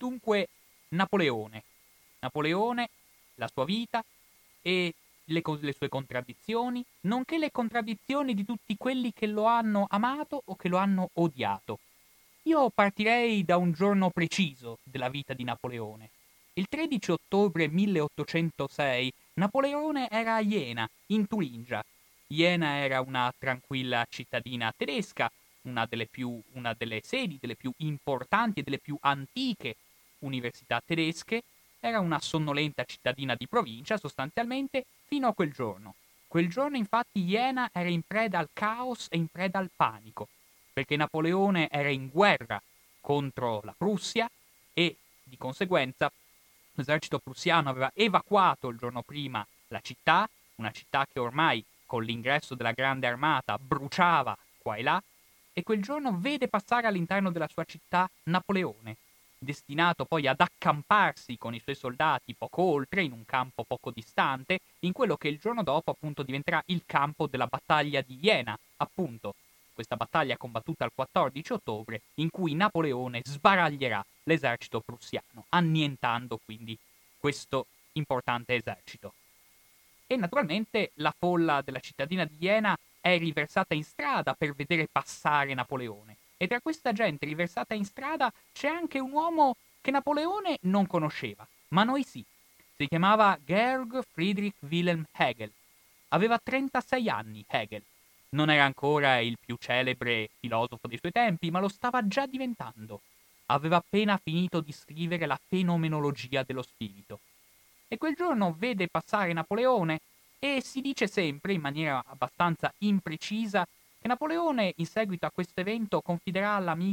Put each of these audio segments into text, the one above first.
dunque Napoleone. Napoleone, la sua vita e le sue contraddizioni, nonché le contraddizioni di tutti quelli che lo hanno amato o che lo hanno odiato. Io partirei da un giorno preciso della vita di Napoleone. Il 13 ottobre 1806 Napoleone era a Jena, in Turingia. Jena era una tranquilla cittadina tedesca, una delle sedi, delle più importanti e delle più antiche università tedesche. Era una sonnolenta cittadina di provincia, sostanzialmente, fino a quel giorno. Quel giorno, infatti, Jena era in preda al caos e in preda al panico, perché Napoleone era in guerra contro la Prussia e, di conseguenza, l'esercito prussiano aveva evacuato il giorno prima la città, una città che ormai, con l'ingresso della Grande Armata, bruciava qua e là, e quel giorno vede passare all'interno della sua città Napoleone, destinato poi ad accamparsi con i suoi soldati poco oltre, in un campo poco distante, in quello che il giorno dopo appunto diventerà il campo della battaglia di Jena, appunto, questa battaglia combattuta il 14 ottobre, in cui Napoleone sbaraglierà l'esercito prussiano, annientando quindi questo importante esercito. E naturalmente la folla della cittadina di Jena è riversata in strada per vedere passare Napoleone. E tra questa gente riversata in strada c'è anche un uomo che Napoleone non conosceva, ma noi sì. Si chiamava Georg Friedrich Wilhelm Hegel. Aveva 36 anni Hegel. Non era ancora il più celebre filosofo dei suoi tempi, ma lo stava già diventando. Aveva appena finito di scrivere la fenomenologia dello spirito. E quel giorno vede passare Napoleone e si dice sempre, in maniera abbastanza imprecisa, che Napoleone, in seguito a questo evento, confiderà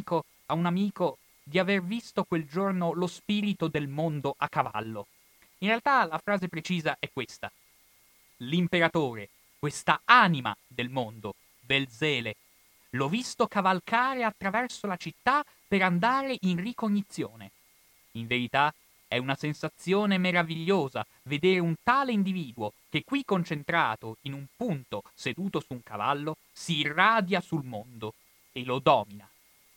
a un amico di aver visto quel giorno lo spirito del mondo a cavallo. In realtà la frase precisa è questa. L'imperatore, questa anima del mondo, Belzele, l'ho visto cavalcare attraverso la città per andare in ricognizione. In verità è una sensazione meravigliosa vedere un tale individuo che qui concentrato in un punto, seduto su un cavallo, si irradia sul mondo e lo domina.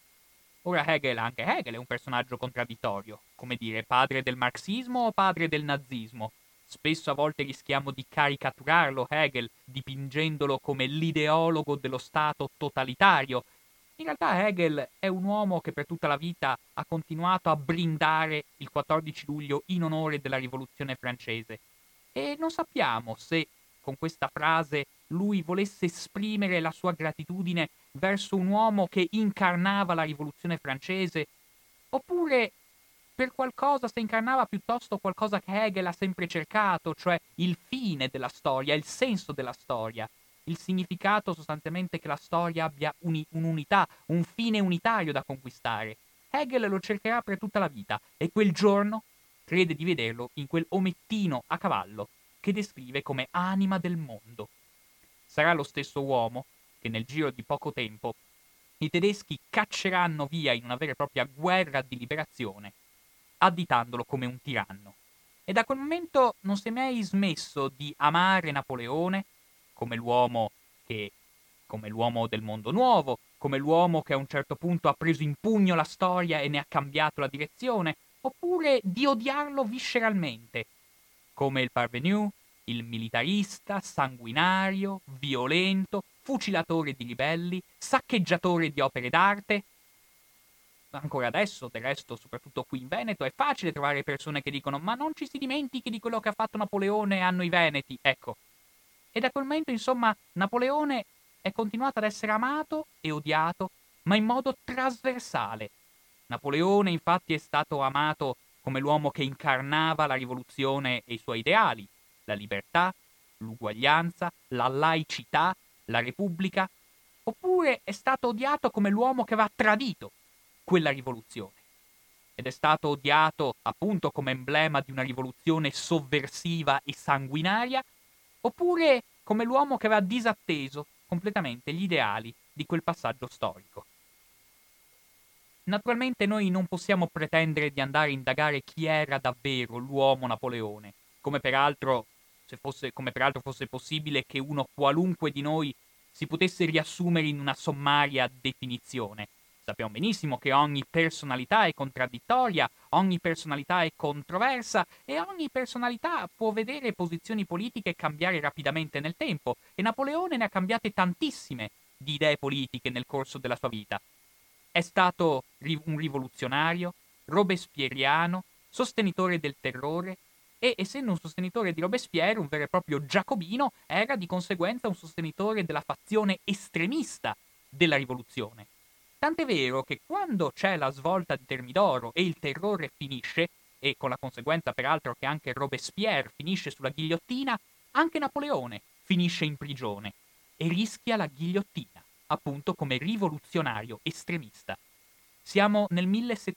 Ora anche Hegel è un personaggio contraddittorio, come dire, padre del marxismo o padre del nazismo. Spesso a volte rischiamo di caricaturarlo Hegel, dipingendolo come l'ideologo dello Stato totalitario. In realtà Hegel è un uomo che per tutta la vita ha continuato a brindare il 14 luglio in onore della rivoluzione francese. E non sappiamo se con questa frase lui volesse esprimere la sua gratitudine verso un uomo che incarnava la rivoluzione francese, oppure per qualcosa, se incarnava piuttosto qualcosa che Hegel ha sempre cercato, cioè il fine della storia, il senso della storia, il significato sostanzialmente che la storia abbia un'unità, un fine unitario da conquistare. Hegel lo cercherà per tutta la vita e quel giorno crede di vederlo in quel omettino a cavallo che descrive come anima del mondo. Sarà lo stesso uomo che nel giro di poco tempo i tedeschi cacceranno via in una vera e propria guerra di liberazione, additandolo come un tiranno. E da quel momento non si è mai smesso di amare Napoleone come l'uomo che, come l'uomo del mondo nuovo, come l'uomo che a un certo punto ha preso in pugno la storia e ne ha cambiato la direzione, oppure di odiarlo visceralmente, come il parvenu, il militarista, sanguinario, violento, fucilatore di ribelli, saccheggiatore di opere d'arte. Ancora adesso, del resto, soprattutto qui in Veneto, è facile trovare persone che dicono ma non ci si dimentichi di quello che ha fatto Napoleone e hanno i Veneti, ecco. E da quel momento, insomma, Napoleone è continuato ad essere amato e odiato, ma in modo trasversale. Napoleone, infatti, è stato amato come l'uomo che incarnava la rivoluzione e i suoi ideali, la libertà, l'uguaglianza, la laicità, la repubblica, oppure è stato odiato come l'uomo che aveva tradito quella rivoluzione. Ed è stato odiato appunto come emblema di una rivoluzione sovversiva e sanguinaria, oppure come l'uomo che aveva disatteso completamente gli ideali di quel passaggio storico. Naturalmente noi non possiamo pretendere di andare a indagare chi era davvero l'uomo Napoleone, come peraltro fosse possibile che uno qualunque di noi si potesse riassumere in una sommaria definizione. Sappiamo benissimo che ogni personalità è contraddittoria, ogni personalità è controversa e ogni personalità può vedere posizioni politiche cambiare rapidamente nel tempo, e Napoleone ne ha cambiate tantissime di idee politiche nel corso della sua vita. È stato un rivoluzionario, robespieriano, sostenitore del terrore e, essendo un sostenitore di Robespierre, un vero e proprio giacobino, era di conseguenza un sostenitore della fazione estremista della rivoluzione. Tant'è vero che quando c'è la svolta di Termidoro e il terrore finisce, e con la conseguenza peraltro che anche Robespierre finisce sulla ghigliottina, anche Napoleone finisce in prigione e rischia la ghigliottina, appunto come rivoluzionario estremista. Siamo nel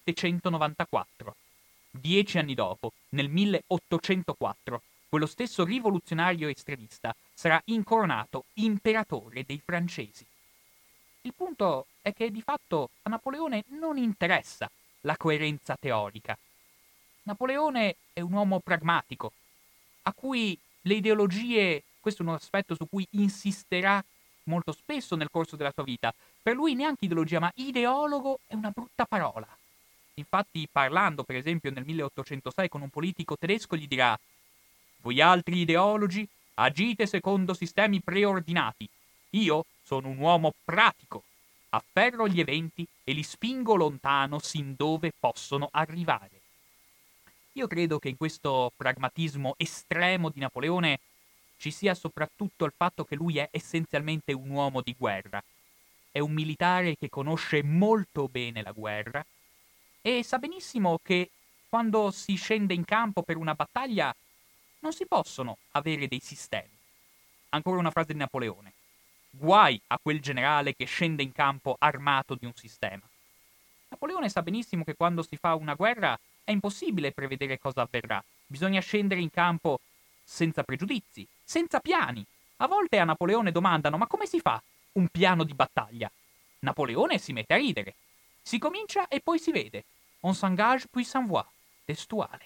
1794. 10 anni dopo, nel 1804, quello stesso rivoluzionario estremista sarà incoronato imperatore dei francesi. Il punto è che di fatto a Napoleone non interessa la coerenza teorica. Napoleone è un uomo pragmatico, a cui le ideologie, questo è un aspetto su cui insisterà molto spesso nel corso della sua vita. Per lui neanche ideologia, ma ideologo è una brutta parola. Infatti, parlando per esempio nel 1806 con un politico tedesco, gli dirà: voi altri ideologi agite secondo sistemi preordinati. Io sono un uomo pratico. Afferro gli eventi e li spingo lontano sin dove possono arrivare. Io credo che in questo pragmatismo estremo di Napoleone ci sia soprattutto il fatto che lui è essenzialmente un uomo di guerra. È un militare che conosce molto bene la guerra e sa benissimo che quando si scende in campo per una battaglia non si possono avere dei sistemi. Ancora una frase di Napoleone. Guai a quel generale che scende in campo armato di un sistema. Napoleone sa benissimo che quando si fa una guerra è impossibile prevedere cosa avverrà. Bisogna scendere in campo senza pregiudizi, senza piani. A volte a Napoleone domandano: ma come si fa un piano di battaglia? Napoleone si mette a ridere. Si comincia e poi si vede. On s'engage puis s'en voit. Testuale.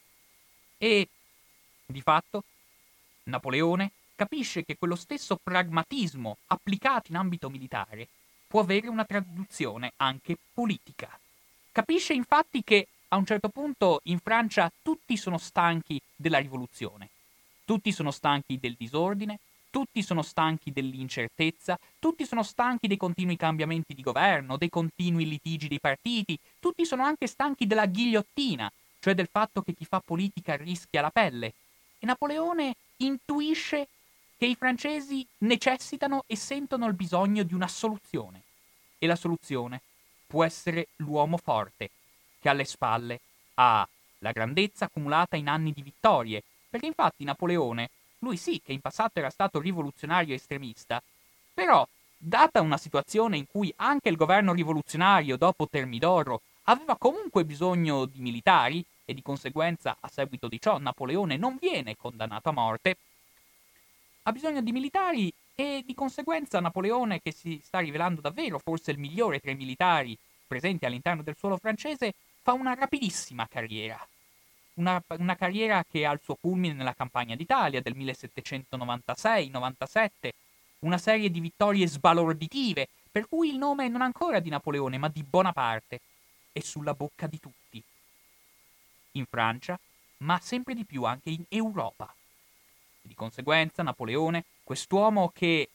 E, di fatto, Napoleone capisce che quello stesso pragmatismo applicato in ambito militare può avere una traduzione anche politica. Capisce infatti che a un certo punto in Francia tutti sono stanchi della rivoluzione, tutti sono stanchi del disordine, tutti sono stanchi dell'incertezza, tutti sono stanchi dei continui cambiamenti di governo, dei continui litigi dei partiti, tutti sono anche stanchi della ghigliottina, cioè del fatto che chi fa politica rischia la pelle. E Napoleone intuisce che i francesi necessitano e sentono il bisogno di una soluzione. E la soluzione può essere l'uomo forte, che alle spalle ha la grandezza accumulata in anni di vittorie, perché infatti Napoleone, lui sì che in passato era stato rivoluzionario e estremista, però, data una situazione in cui anche il governo rivoluzionario dopo Termidoro aveva comunque bisogno di militari, e di conseguenza a seguito di ciò Napoleone non viene condannato a morte, ha bisogno di militari e di conseguenza Napoleone, che si sta rivelando davvero forse il migliore tra i militari presenti all'interno del suolo francese, fa una rapidissima carriera. Una carriera che ha il suo culmine nella campagna d'Italia del 1796-97, una serie di vittorie sbalorditive, per cui il nome non ancora di Napoleone ma di Bonaparte è sulla bocca di tutti. In Francia, ma sempre di più anche in Europa. E di conseguenza Napoleone, quest'uomo che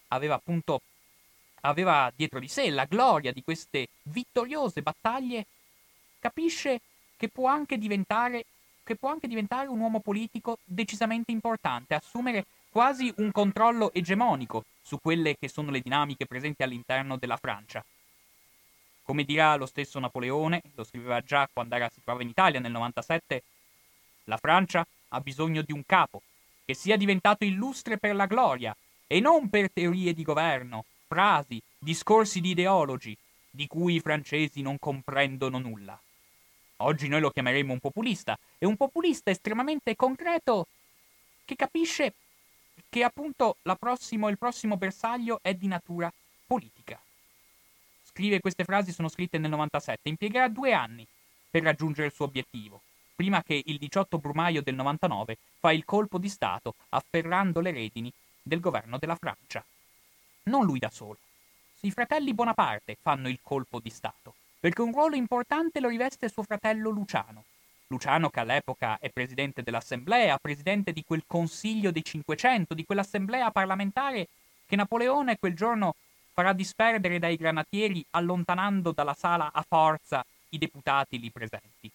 aveva dietro di sé la gloria di queste vittoriose battaglie, capisce che può anche diventare un uomo politico decisamente importante, assumere quasi un controllo egemonico su quelle che sono le dinamiche presenti all'interno della Francia. Come dirà lo stesso Napoleone, lo scriveva già quando si trovava in Italia nel 97, la Francia ha bisogno di un capo che sia diventato illustre per la gloria e non per teorie di governo, frasi, discorsi di ideologi, di cui i francesi non comprendono nulla. Oggi noi lo chiameremo un populista, e un populista estremamente concreto che capisce che appunto il prossimo bersaglio è di natura politica. Queste frasi sono scritte nel 97, impiegherà 2 anni per raggiungere il suo obiettivo, prima che il 18 Brumaio del 99 fa il colpo di Stato afferrando le redini del governo della Francia. Non lui da solo. I fratelli Bonaparte fanno il colpo di Stato. perché un ruolo importante lo riveste suo fratello Luciano. Luciano, che all'epoca è presidente dell'Assemblea, presidente di quel Consiglio dei 500, di quell'assemblea parlamentare che Napoleone quel giorno farà disperdere dai granatieri allontanando dalla sala a forza i deputati lì presenti.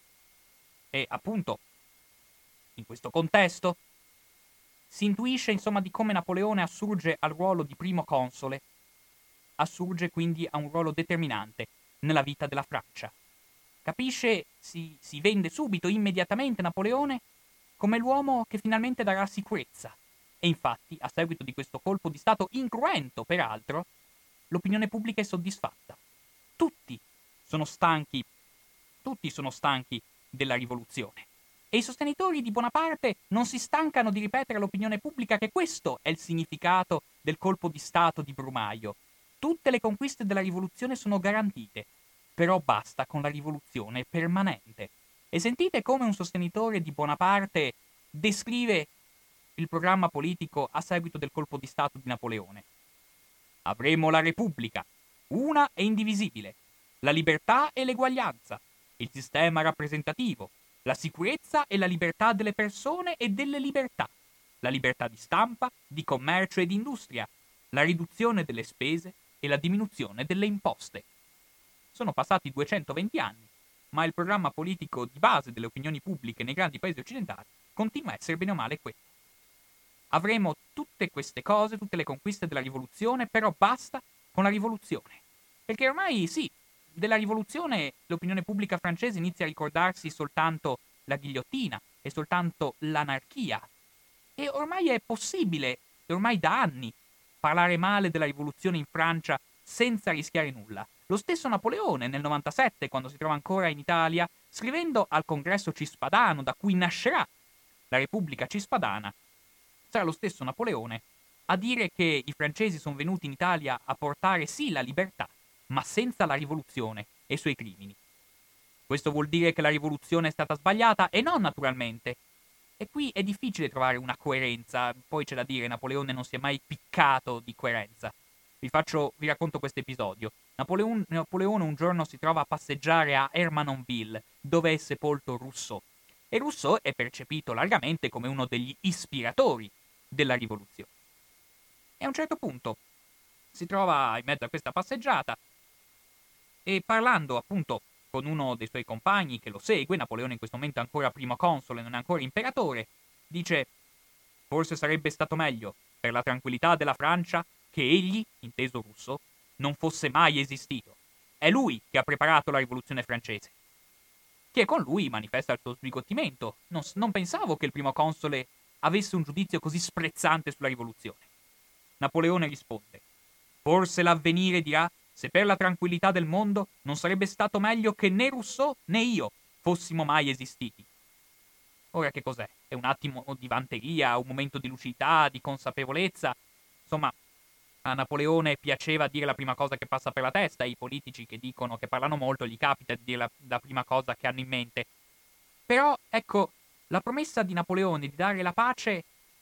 E appunto, in questo contesto, si intuisce insomma di come Napoleone assurge al ruolo di primo console, assurge quindi a un ruolo determinante nella vita della Francia. Capisce, si vende subito, immediatamente Napoleone come l'uomo che finalmente darà sicurezza. E infatti, a seguito di questo colpo di Stato incruento, peraltro, l'opinione pubblica è soddisfatta. Tutti sono stanchi, tutti sono stanchi della rivoluzione. E i sostenitori di Bonaparte non si stancano di ripetere all'opinione pubblica che questo è il significato del colpo di Stato di Brumaio. Tutte le conquiste della rivoluzione sono garantite, però basta con la rivoluzione permanente. E sentite come un sostenitore di Bonaparte descrive il programma politico a seguito del colpo di Stato di Napoleone. Avremo la Repubblica, una e indivisibile, la libertà e l'eguaglianza, il sistema rappresentativo, la sicurezza e la libertà delle persone e delle libertà, la libertà di stampa, di commercio e di industria, la riduzione delle spese e la diminuzione delle imposte. Sono passati 220 anni, ma il programma politico di base delle opinioni pubbliche nei grandi paesi occidentali continua a essere bene o male quello. Avremo tutte queste cose, tutte le conquiste della rivoluzione, però basta con la rivoluzione. Perché ormai sì, della rivoluzione l'opinione pubblica francese inizia a ricordarsi soltanto la ghigliottina e soltanto l'anarchia. E ormai è possibile, e ormai da anni, parlare male della rivoluzione in Francia senza rischiare nulla. Lo stesso Napoleone nel 97, quando si trova ancora in Italia, scrivendo al congresso cispadano da cui nascerà la Repubblica Cispadana, sarà lo stesso Napoleone a dire che i francesi sono venuti in Italia a portare sì la libertà, ma senza la rivoluzione e i suoi crimini. Questo vuol dire che la rivoluzione è stata sbagliata? E no, naturalmente. E qui è difficile trovare una coerenza, poi c'è da dire, Napoleone non si è mai piccato di coerenza. Vi racconto questo episodio. Napoleone un giorno si trova a passeggiare a Hermanonville, dove è sepolto Rousseau. E Rousseau è percepito largamente come uno degli ispiratori della rivoluzione. E a un certo punto si trova in mezzo a questa passeggiata e parlando appunto con uno dei suoi compagni che lo segue, Napoleone in questo momento è ancora primo console, non è ancora imperatore, dice: forse sarebbe stato meglio per la tranquillità della Francia che egli, inteso Rousseau, non fosse mai esistito. È lui che ha preparato la rivoluzione francese. Chi è con lui manifesta il suo sbigottimento. Non pensavo che il primo console avesse un giudizio così sprezzante sulla rivoluzione. Napoleone risponde: forse l'avvenire dirà se per la tranquillità del mondo non sarebbe stato meglio che né Rousseau né io fossimo mai esistiti. Ora che cos'è? È un attimo di vanteria, un momento di lucidità, di consapevolezza? Insomma, a Napoleone piaceva dire la prima cosa che passa per la testa, e i politici che dicono, che parlano molto, gli capita di dire la prima cosa che hanno in mente. Però, ecco, la promessa di Napoleone di dare la pace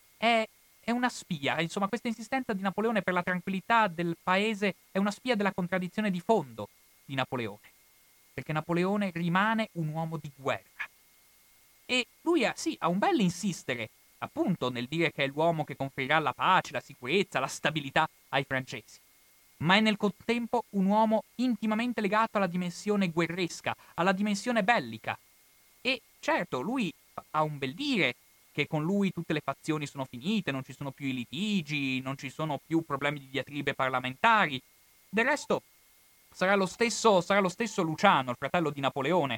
è una spia. Insomma, questa insistenza di Napoleone per la tranquillità del paese è una spia della contraddizione di fondo di Napoleone. Perché Napoleone rimane un uomo di guerra. E lui ha un bel insistere, appunto, nel dire che è l'uomo che conferirà la pace, la sicurezza, la stabilità ai francesi. Ma è nel contempo un uomo intimamente legato alla dimensione guerresca, alla dimensione bellica. E certo, lui ha un bel dire che con lui tutte le fazioni sono finite, non ci sono più i litigi, non ci sono più problemi di diatribe parlamentari. Del resto, sarà lo stesso Luciano, il fratello di Napoleone,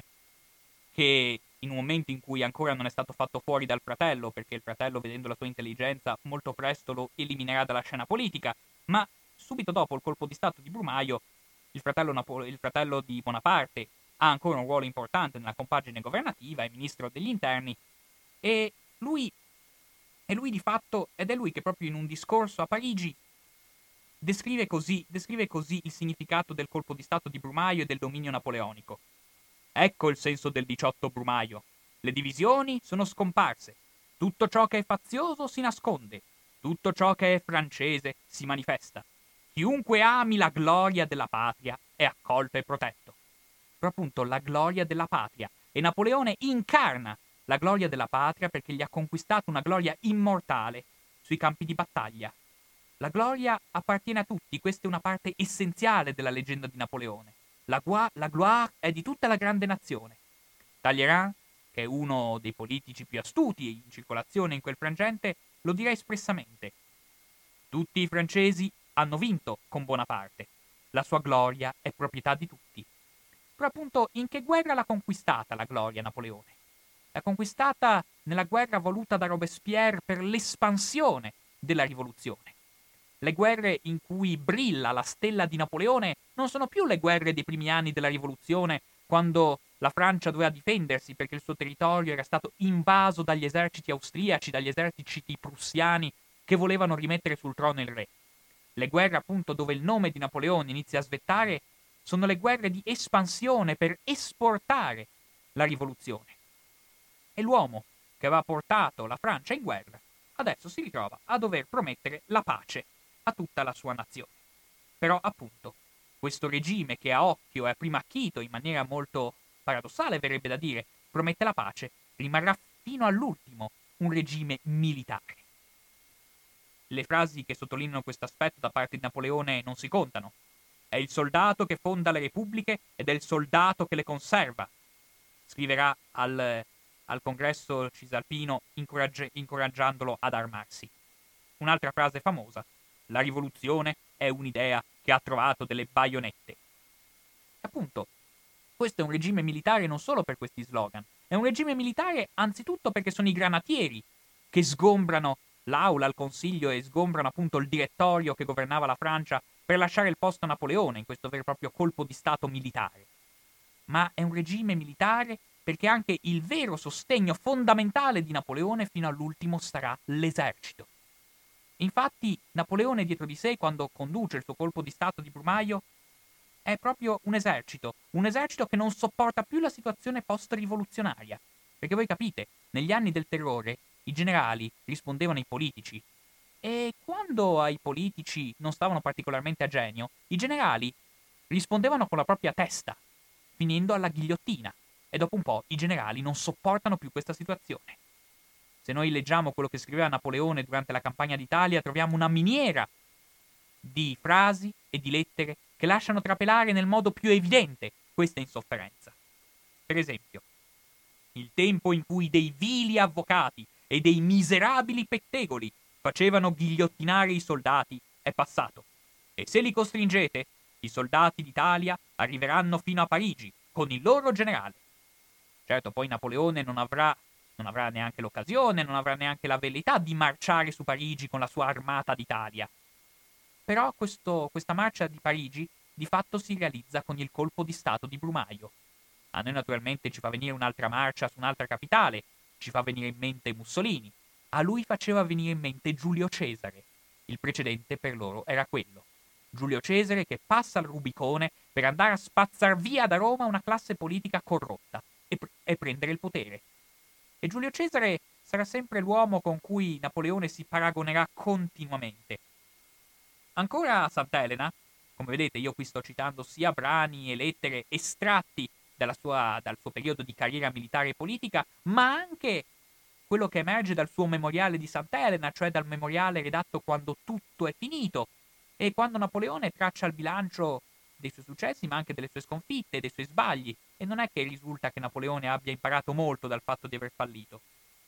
che in un momento in cui ancora non è stato fatto fuori dal fratello, perché il fratello, vedendo la sua intelligenza, molto presto lo eliminerà dalla scena politica, ma subito dopo il colpo di stato di Brumaio, il fratello di Bonaparte ha ancora un ruolo importante nella compagine governativa, è ministro degli interni, e lui di fatto, ed è lui che proprio in un discorso a Parigi descrive così il significato del colpo di stato di Brumaio e del dominio napoleonico. Ecco il senso del 18 Brumaio. Le divisioni sono scomparse. Tutto ciò che è fazioso si nasconde. Tutto ciò che è francese si manifesta. Chiunque ami la gloria della patria è accolto e protetto. però appunto la gloria della patria. E Napoleone incarna la gloria della patria perché gli ha conquistato una gloria immortale sui campi di battaglia. La gloria appartiene a tutti, questa è una parte essenziale della leggenda di Napoleone. La gloire è di tutta la grande nazione. Talleyrand, che è uno dei politici più astuti in circolazione in quel frangente, lo dirà espressamente. Tutti i francesi hanno vinto con Bonaparte. La sua gloria è proprietà di tutti. Però appunto in che guerra l'ha conquistata la gloria Napoleone? L'ha conquistata nella guerra voluta da Robespierre per l'espansione della rivoluzione. Le guerre in cui brilla la stella di Napoleone non sono più le guerre dei primi anni della rivoluzione, quando la Francia doveva difendersi perché il suo territorio era stato invaso dagli eserciti austriaci, dagli eserciti prussiani che volevano rimettere sul trono il re. Le guerre appunto dove il nome di Napoleone inizia a svettare sono le guerre di espansione per esportare la rivoluzione. E l'uomo che aveva portato la Francia in guerra adesso si ritrova a dover promettere la pace a tutta la sua nazione. Però appunto questo regime che a occhio e a prima acchito, in maniera molto paradossale verrebbe da dire, promette la pace, rimarrà fino all'ultimo un regime militare. Le frasi che sottolineano questo aspetto da parte di Napoleone non si contano. È il soldato che fonda le repubbliche ed è il soldato che le conserva, scriverà al congresso cisalpino incoraggiandolo ad armarsi. Un'altra frase famosa: la rivoluzione è un'idea che ha trovato delle baionette. Appunto, questo è un regime militare non solo per questi slogan, è un regime militare anzitutto perché sono i granatieri che sgombrano l'aula, il consiglio e sgombrano appunto il direttorio che governava la Francia per lasciare il posto a Napoleone in questo vero e proprio colpo di stato militare. Ma è un regime militare perché anche il vero sostegno fondamentale di Napoleone fino all'ultimo sarà l'esercito. Infatti Napoleone dietro di sé, quando conduce il suo colpo di stato di Brumaio, è proprio un esercito che non sopporta più la situazione post-rivoluzionaria. Perché voi capite, negli anni del terrore i generali rispondevano ai politici e quando ai politici non stavano particolarmente a genio, i generali rispondevano con la propria testa, finendo alla ghigliottina. E dopo un po' i generali non sopportano più questa situazione. Se noi leggiamo quello che scriveva Napoleone durante la campagna d'Italia, troviamo una miniera di frasi e di lettere che lasciano trapelare nel modo più evidente questa insofferenza. Per esempio, il tempo in cui dei vili avvocati e dei miserabili pettegoli facevano ghigliottinare i soldati è passato. E se li costringete, i soldati d'Italia arriveranno fino a Parigi con il loro generale. Certo, poi Napoleone non avrà neanche l'occasione, non avrà neanche la velleità di marciare su Parigi con la sua armata d'Italia. Però questa marcia di Parigi di fatto si realizza con il colpo di stato di Brumaio. A noi naturalmente ci fa venire un'altra marcia su un'altra capitale, ci fa venire in mente Mussolini. A lui faceva venire in mente Giulio Cesare. Il precedente per loro era quello. Giulio Cesare che passa il Rubicone per andare a spazzar via da Roma una classe politica corrotta e prendere il potere. E Giulio Cesare sarà sempre l'uomo con cui Napoleone si paragonerà continuamente. Ancora a Sant'Elena, come vedete io qui sto citando sia brani e lettere estratti dal suo periodo di carriera militare e politica, ma anche quello che emerge dal suo memoriale di Sant'Elena, cioè dal memoriale redatto quando tutto è finito e quando Napoleone traccia il bilancio dei suoi successi, ma anche delle sue sconfitte, dei suoi sbagli, e non è che risulta che Napoleone abbia imparato molto dal fatto di aver fallito.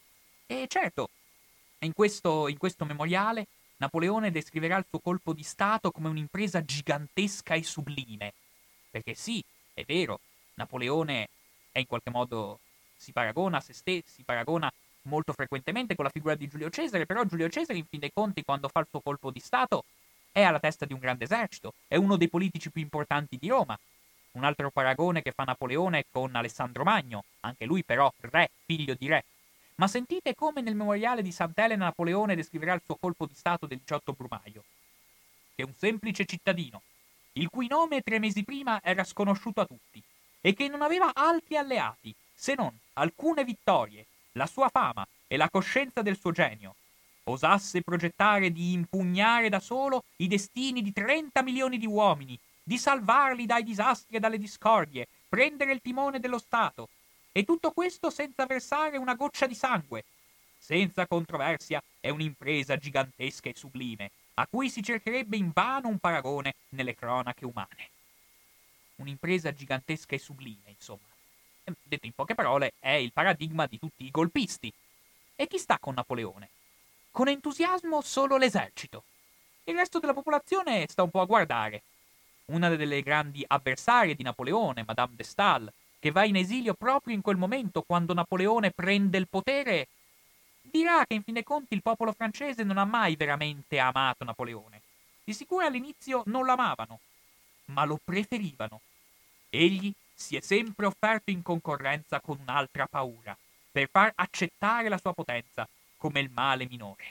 E certo, in questo memoriale Napoleone descriverà il suo colpo di stato come un'impresa gigantesca e sublime. Perché sì, è vero, Napoleone è in qualche modo si paragona a se stesso, si paragona molto frequentemente con la figura di Giulio Cesare, però Giulio Cesare in fin dei conti quando fa il suo colpo di stato è alla testa di un grande esercito, è uno dei politici più importanti di Roma. Un altro paragone che fa Napoleone è con Alessandro Magno, anche lui però re, figlio di re. Ma sentite come nel memoriale di Sant'Elena Napoleone descriverà il suo colpo di stato del 18 Brumaio, che un semplice cittadino, il cui nome 3 mesi prima era sconosciuto a tutti, e che non aveva altri alleati, se non alcune vittorie, la sua fama e la coscienza del suo genio, osasse progettare di impugnare da solo i destini di 30 milioni di uomini, di salvarli dai disastri e dalle discordie, prendere il timone dello Stato. E tutto questo senza versare una goccia di sangue. Senza controversia è un'impresa gigantesca e sublime, a cui si cercherebbe invano un paragone nelle cronache umane. Un'impresa gigantesca e sublime, insomma. Detto in poche parole, è il paradigma di tutti i golpisti. E chi sta con Napoleone? Con entusiasmo solo l'esercito. Il resto della popolazione sta un po' a guardare. Una delle grandi avversarie di Napoleone, Madame de Staël, che va in esilio proprio in quel momento quando Napoleone prende il potere, dirà che in fin dei conti il popolo francese non ha mai veramente amato Napoleone. Di sicuro all'inizio non lo amavano, ma lo preferivano. Egli si è sempre offerto in concorrenza con un'altra paura, per far accettare la sua potenza come il male minore.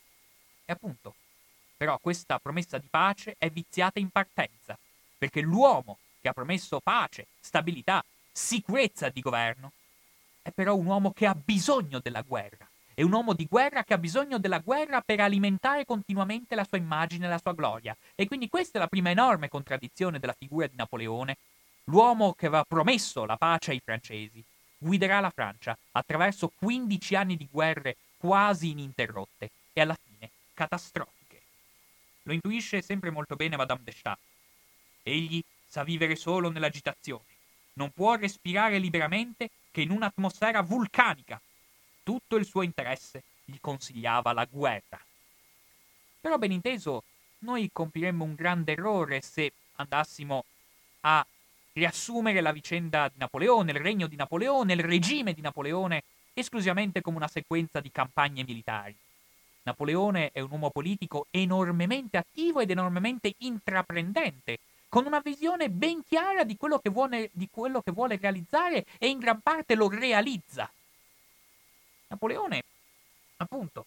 E appunto, però questa promessa di pace è viziata in partenza, perché l'uomo che ha promesso pace, stabilità, sicurezza di governo, è però un uomo che ha bisogno della guerra. È un uomo di guerra che ha bisogno della guerra per alimentare continuamente la sua immagine e la sua gloria. E quindi questa è la prima enorme contraddizione della figura di Napoleone. L'uomo che aveva promesso la pace ai francesi guiderà la Francia attraverso 15 anni di guerre quasi ininterrotte e alla fine catastrofiche. Lo intuisce sempre molto bene Madame de Staël. Egli sa vivere solo nell'agitazione. Non può respirare liberamente che in un'atmosfera vulcanica. Tutto il suo interesse gli consigliava la guerra. Però ben inteso, noi compiremmo un grande errore se andassimo a riassumere la vicenda di Napoleone, il regno di Napoleone, il regime di Napoleone, esclusivamente come una sequenza di campagne militari. Napoleone è un uomo politico enormemente attivo ed enormemente intraprendente, con una visione ben chiara di quello che vuole realizzare e in gran parte lo realizza. Napoleone, appunto,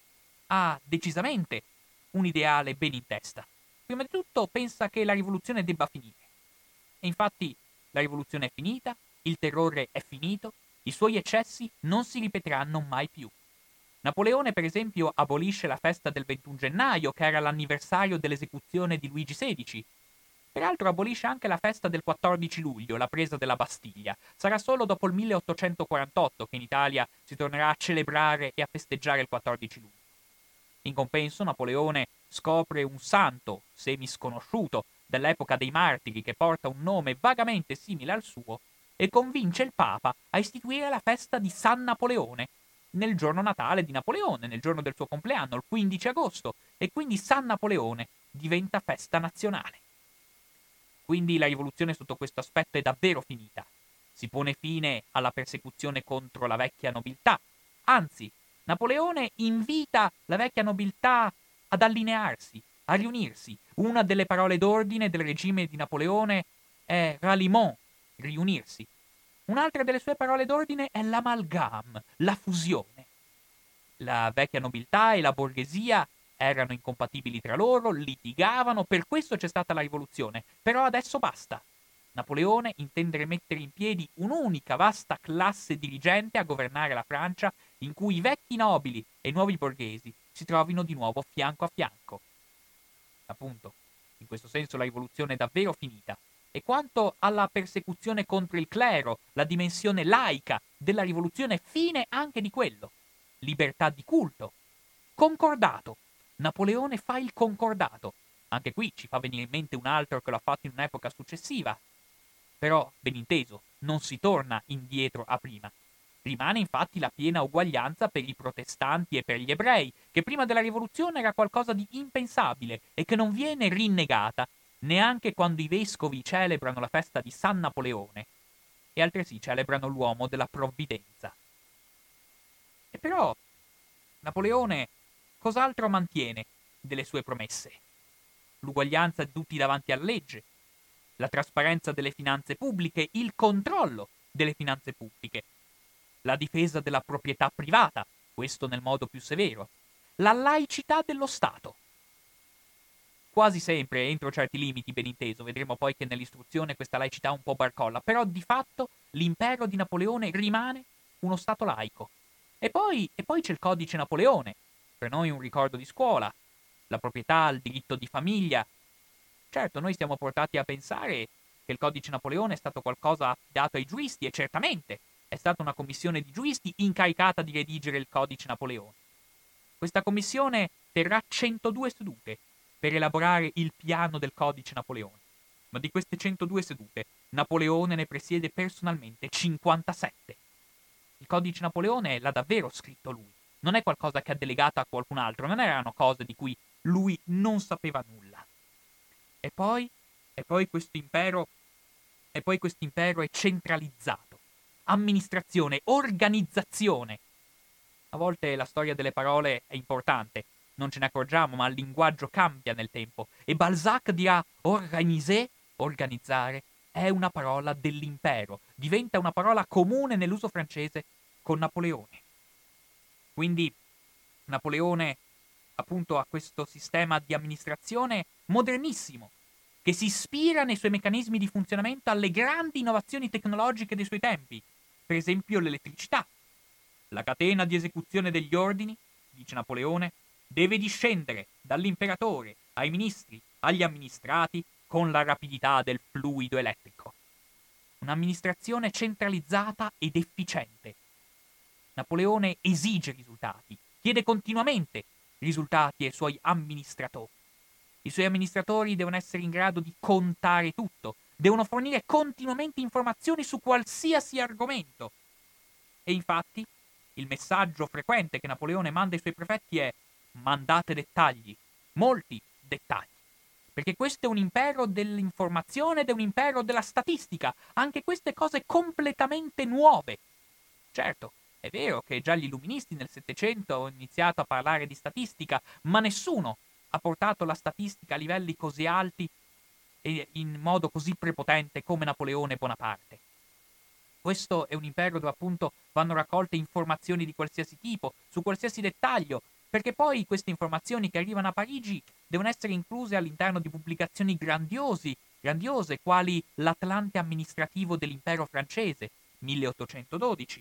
ha decisamente un ideale ben in testa. Prima di tutto pensa che la rivoluzione debba finire. E infatti la rivoluzione è finita, il terrore è finito, i suoi eccessi non si ripeteranno mai più. Napoleone, per esempio, abolisce la festa del 21 gennaio, che era l'anniversario dell'esecuzione di Luigi XVI. Peraltro abolisce anche la festa del 14 luglio, la presa della Bastiglia. Sarà solo dopo il 1848 che in Italia si tornerà a celebrare e a festeggiare il 14 luglio. In compenso, Napoleone scopre un santo semisconosciuto dell'epoca dei martiri che porta un nome vagamente simile al suo e convince il Papa a istituire la festa di San Napoleone nel giorno natale di Napoleone, nel giorno del suo compleanno, il 15 agosto, e quindi San Napoleone diventa festa nazionale. Quindi la rivoluzione sotto questo aspetto è davvero finita. Si pone fine alla persecuzione contro la vecchia nobiltà. Anzi, Napoleone invita la vecchia nobiltà ad allinearsi, a riunirsi. Una delle parole d'ordine del regime di Napoleone è ralliement, riunirsi. Un'altra delle sue parole d'ordine è l'amalgame, la fusione. La vecchia nobiltà e la borghesia erano incompatibili tra loro, litigavano, per questo c'è stata la rivoluzione. Però adesso basta. Napoleone intende mettere in piedi un'unica vasta classe dirigente a governare la Francia, in cui i vecchi nobili e i nuovi borghesi si trovino di nuovo fianco a fianco. Appunto, in questo senso la rivoluzione è davvero finita. E quanto alla persecuzione contro il clero, la dimensione laica della rivoluzione, fine anche di quello. Libertà di culto. Concordato. Napoleone fa il concordato. Anche qui ci fa venire in mente un altro che l'ha fatto in un'epoca successiva. Però, ben inteso, non si torna indietro a prima. Rimane infatti la piena uguaglianza per i protestanti e per gli ebrei, che prima della rivoluzione era qualcosa di impensabile e che non viene rinnegata neanche quando i vescovi celebrano la festa di San Napoleone e altresì celebrano l'uomo della provvidenza. E però Napoleone cos'altro mantiene delle sue promesse? L'uguaglianza di tutti davanti alla legge, la trasparenza delle finanze pubbliche, il controllo delle finanze pubbliche, la difesa della proprietà privata, questo nel modo più severo, la laicità dello Stato. Quasi sempre entro certi limiti, ben inteso, vedremo poi che nell'istruzione questa laicità un po' barcolla, però di fatto l'impero di Napoleone rimane uno Stato laico. E poi c'è il codice Napoleone, per noi un ricordo di scuola, la proprietà, il diritto di famiglia. Certo, noi siamo portati a pensare che il codice Napoleone è stato qualcosa affidato ai giuristi, e certamente è stata una commissione di giuristi incaricata di redigere il codice Napoleone. Questa commissione terrà 102 sedute per elaborare il piano del codice Napoleone, ma di queste 102 sedute Napoleone ne presiede personalmente 57. Il codice Napoleone l'ha davvero scritto lui, non è qualcosa che ha delegato a qualcun altro, non erano cose di cui lui non sapeva nulla. E poi questo impero è centralizzato. Amministrazione, organizzazione. A volte la storia delle parole è importante, non ce ne accorgiamo, ma il linguaggio cambia nel tempo. E Balzac dirà organiser, organizzare, è una parola dell'impero, diventa una parola comune nell'uso francese con Napoleone. Quindi Napoleone appunto ha questo sistema di amministrazione modernissimo, che si ispira nei suoi meccanismi di funzionamento alle grandi innovazioni tecnologiche dei suoi tempi, per esempio l'elettricità. La catena di esecuzione degli ordini, dice Napoleone, deve discendere dall'imperatore ai ministri, agli amministrati, con la rapidità del fluido elettrico. Un'amministrazione centralizzata ed efficiente. Napoleone esige risultati, chiede continuamente risultati ai suoi amministratori. I suoi amministratori devono essere in grado di contare tutto, devono fornire continuamente informazioni su qualsiasi argomento. E infatti, il messaggio frequente che Napoleone manda ai suoi prefetti è: mandate dettagli, molti dettagli. Perché questo è un impero dell'informazione ed è un impero della statistica, anche queste cose completamente nuove. Certo, è vero che già gli illuministi nel Settecento hanno iniziato a parlare di statistica, ma nessuno ha portato la statistica a livelli così alti e in modo così prepotente come Napoleone Bonaparte. Questo è un impero dove appunto vanno raccolte informazioni di qualsiasi tipo, su qualsiasi dettaglio, perché poi queste informazioni che arrivano a Parigi devono essere incluse all'interno di pubblicazioni grandiose, quali l'Atlante amministrativo dell'impero francese, 1812.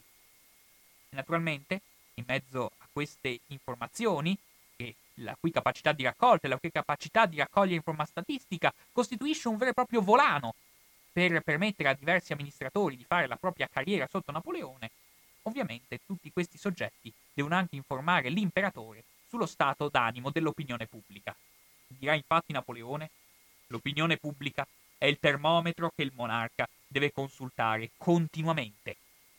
E naturalmente, in mezzo a queste informazioni, la cui capacità di raccolta e la cui capacità di raccogliere informazione statistica costituisce un vero e proprio volano per permettere a diversi amministratori di fare la propria carriera sotto Napoleone, ovviamente tutti questi soggetti devono anche informare l'imperatore sullo stato d'animo dell'opinione pubblica. Dirà infatti Napoleone: l'opinione pubblica è il termometro che il monarca deve consultare continuamente.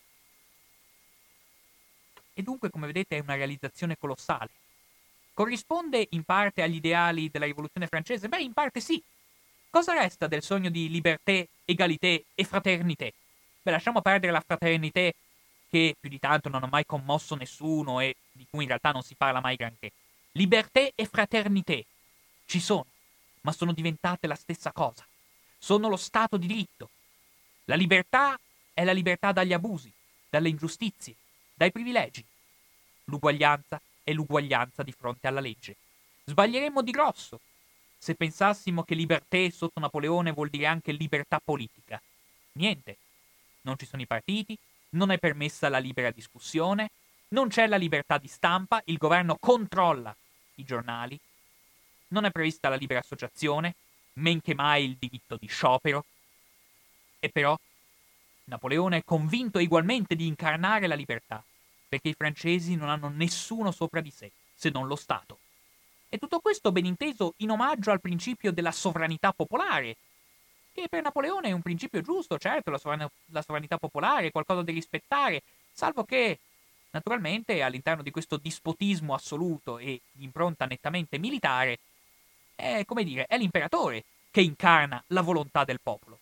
E dunque, come vedete, è una realizzazione colossale. Corrisponde in parte agli ideali della rivoluzione francese? Beh, in parte sì. Cosa resta del sogno di liberté, égalité e fraternité? Beh, lasciamo perdere la fraternité, che più di tanto non ha mai commosso nessuno e di cui in realtà non si parla mai granché. Liberté e fraternité ci sono, ma sono diventate la stessa cosa. Sono lo Stato di diritto. La libertà è la libertà dagli abusi, dalle ingiustizie, dai privilegi. L'uguaglianza è l'uguaglianza di fronte alla legge. Sbaglieremmo di grosso se pensassimo che liberté sotto Napoleone vuol dire anche libertà politica. Niente. Non ci sono i partiti, non è permessa la libera discussione, non c'è la libertà di stampa, il governo controlla i giornali, non è prevista la libera associazione, men che mai il diritto di sciopero. E però Napoleone è convinto ugualmente di incarnare la libertà, perché i francesi non hanno nessuno sopra di sé, se non lo Stato. E tutto questo ben inteso in omaggio al principio della sovranità popolare, che per Napoleone è un principio giusto, certo, la sovranità popolare è qualcosa da rispettare, salvo che, naturalmente, all'interno di questo dispotismo assoluto e di impronta nettamente militare, è, come dire, è l'imperatore che incarna la volontà del popolo.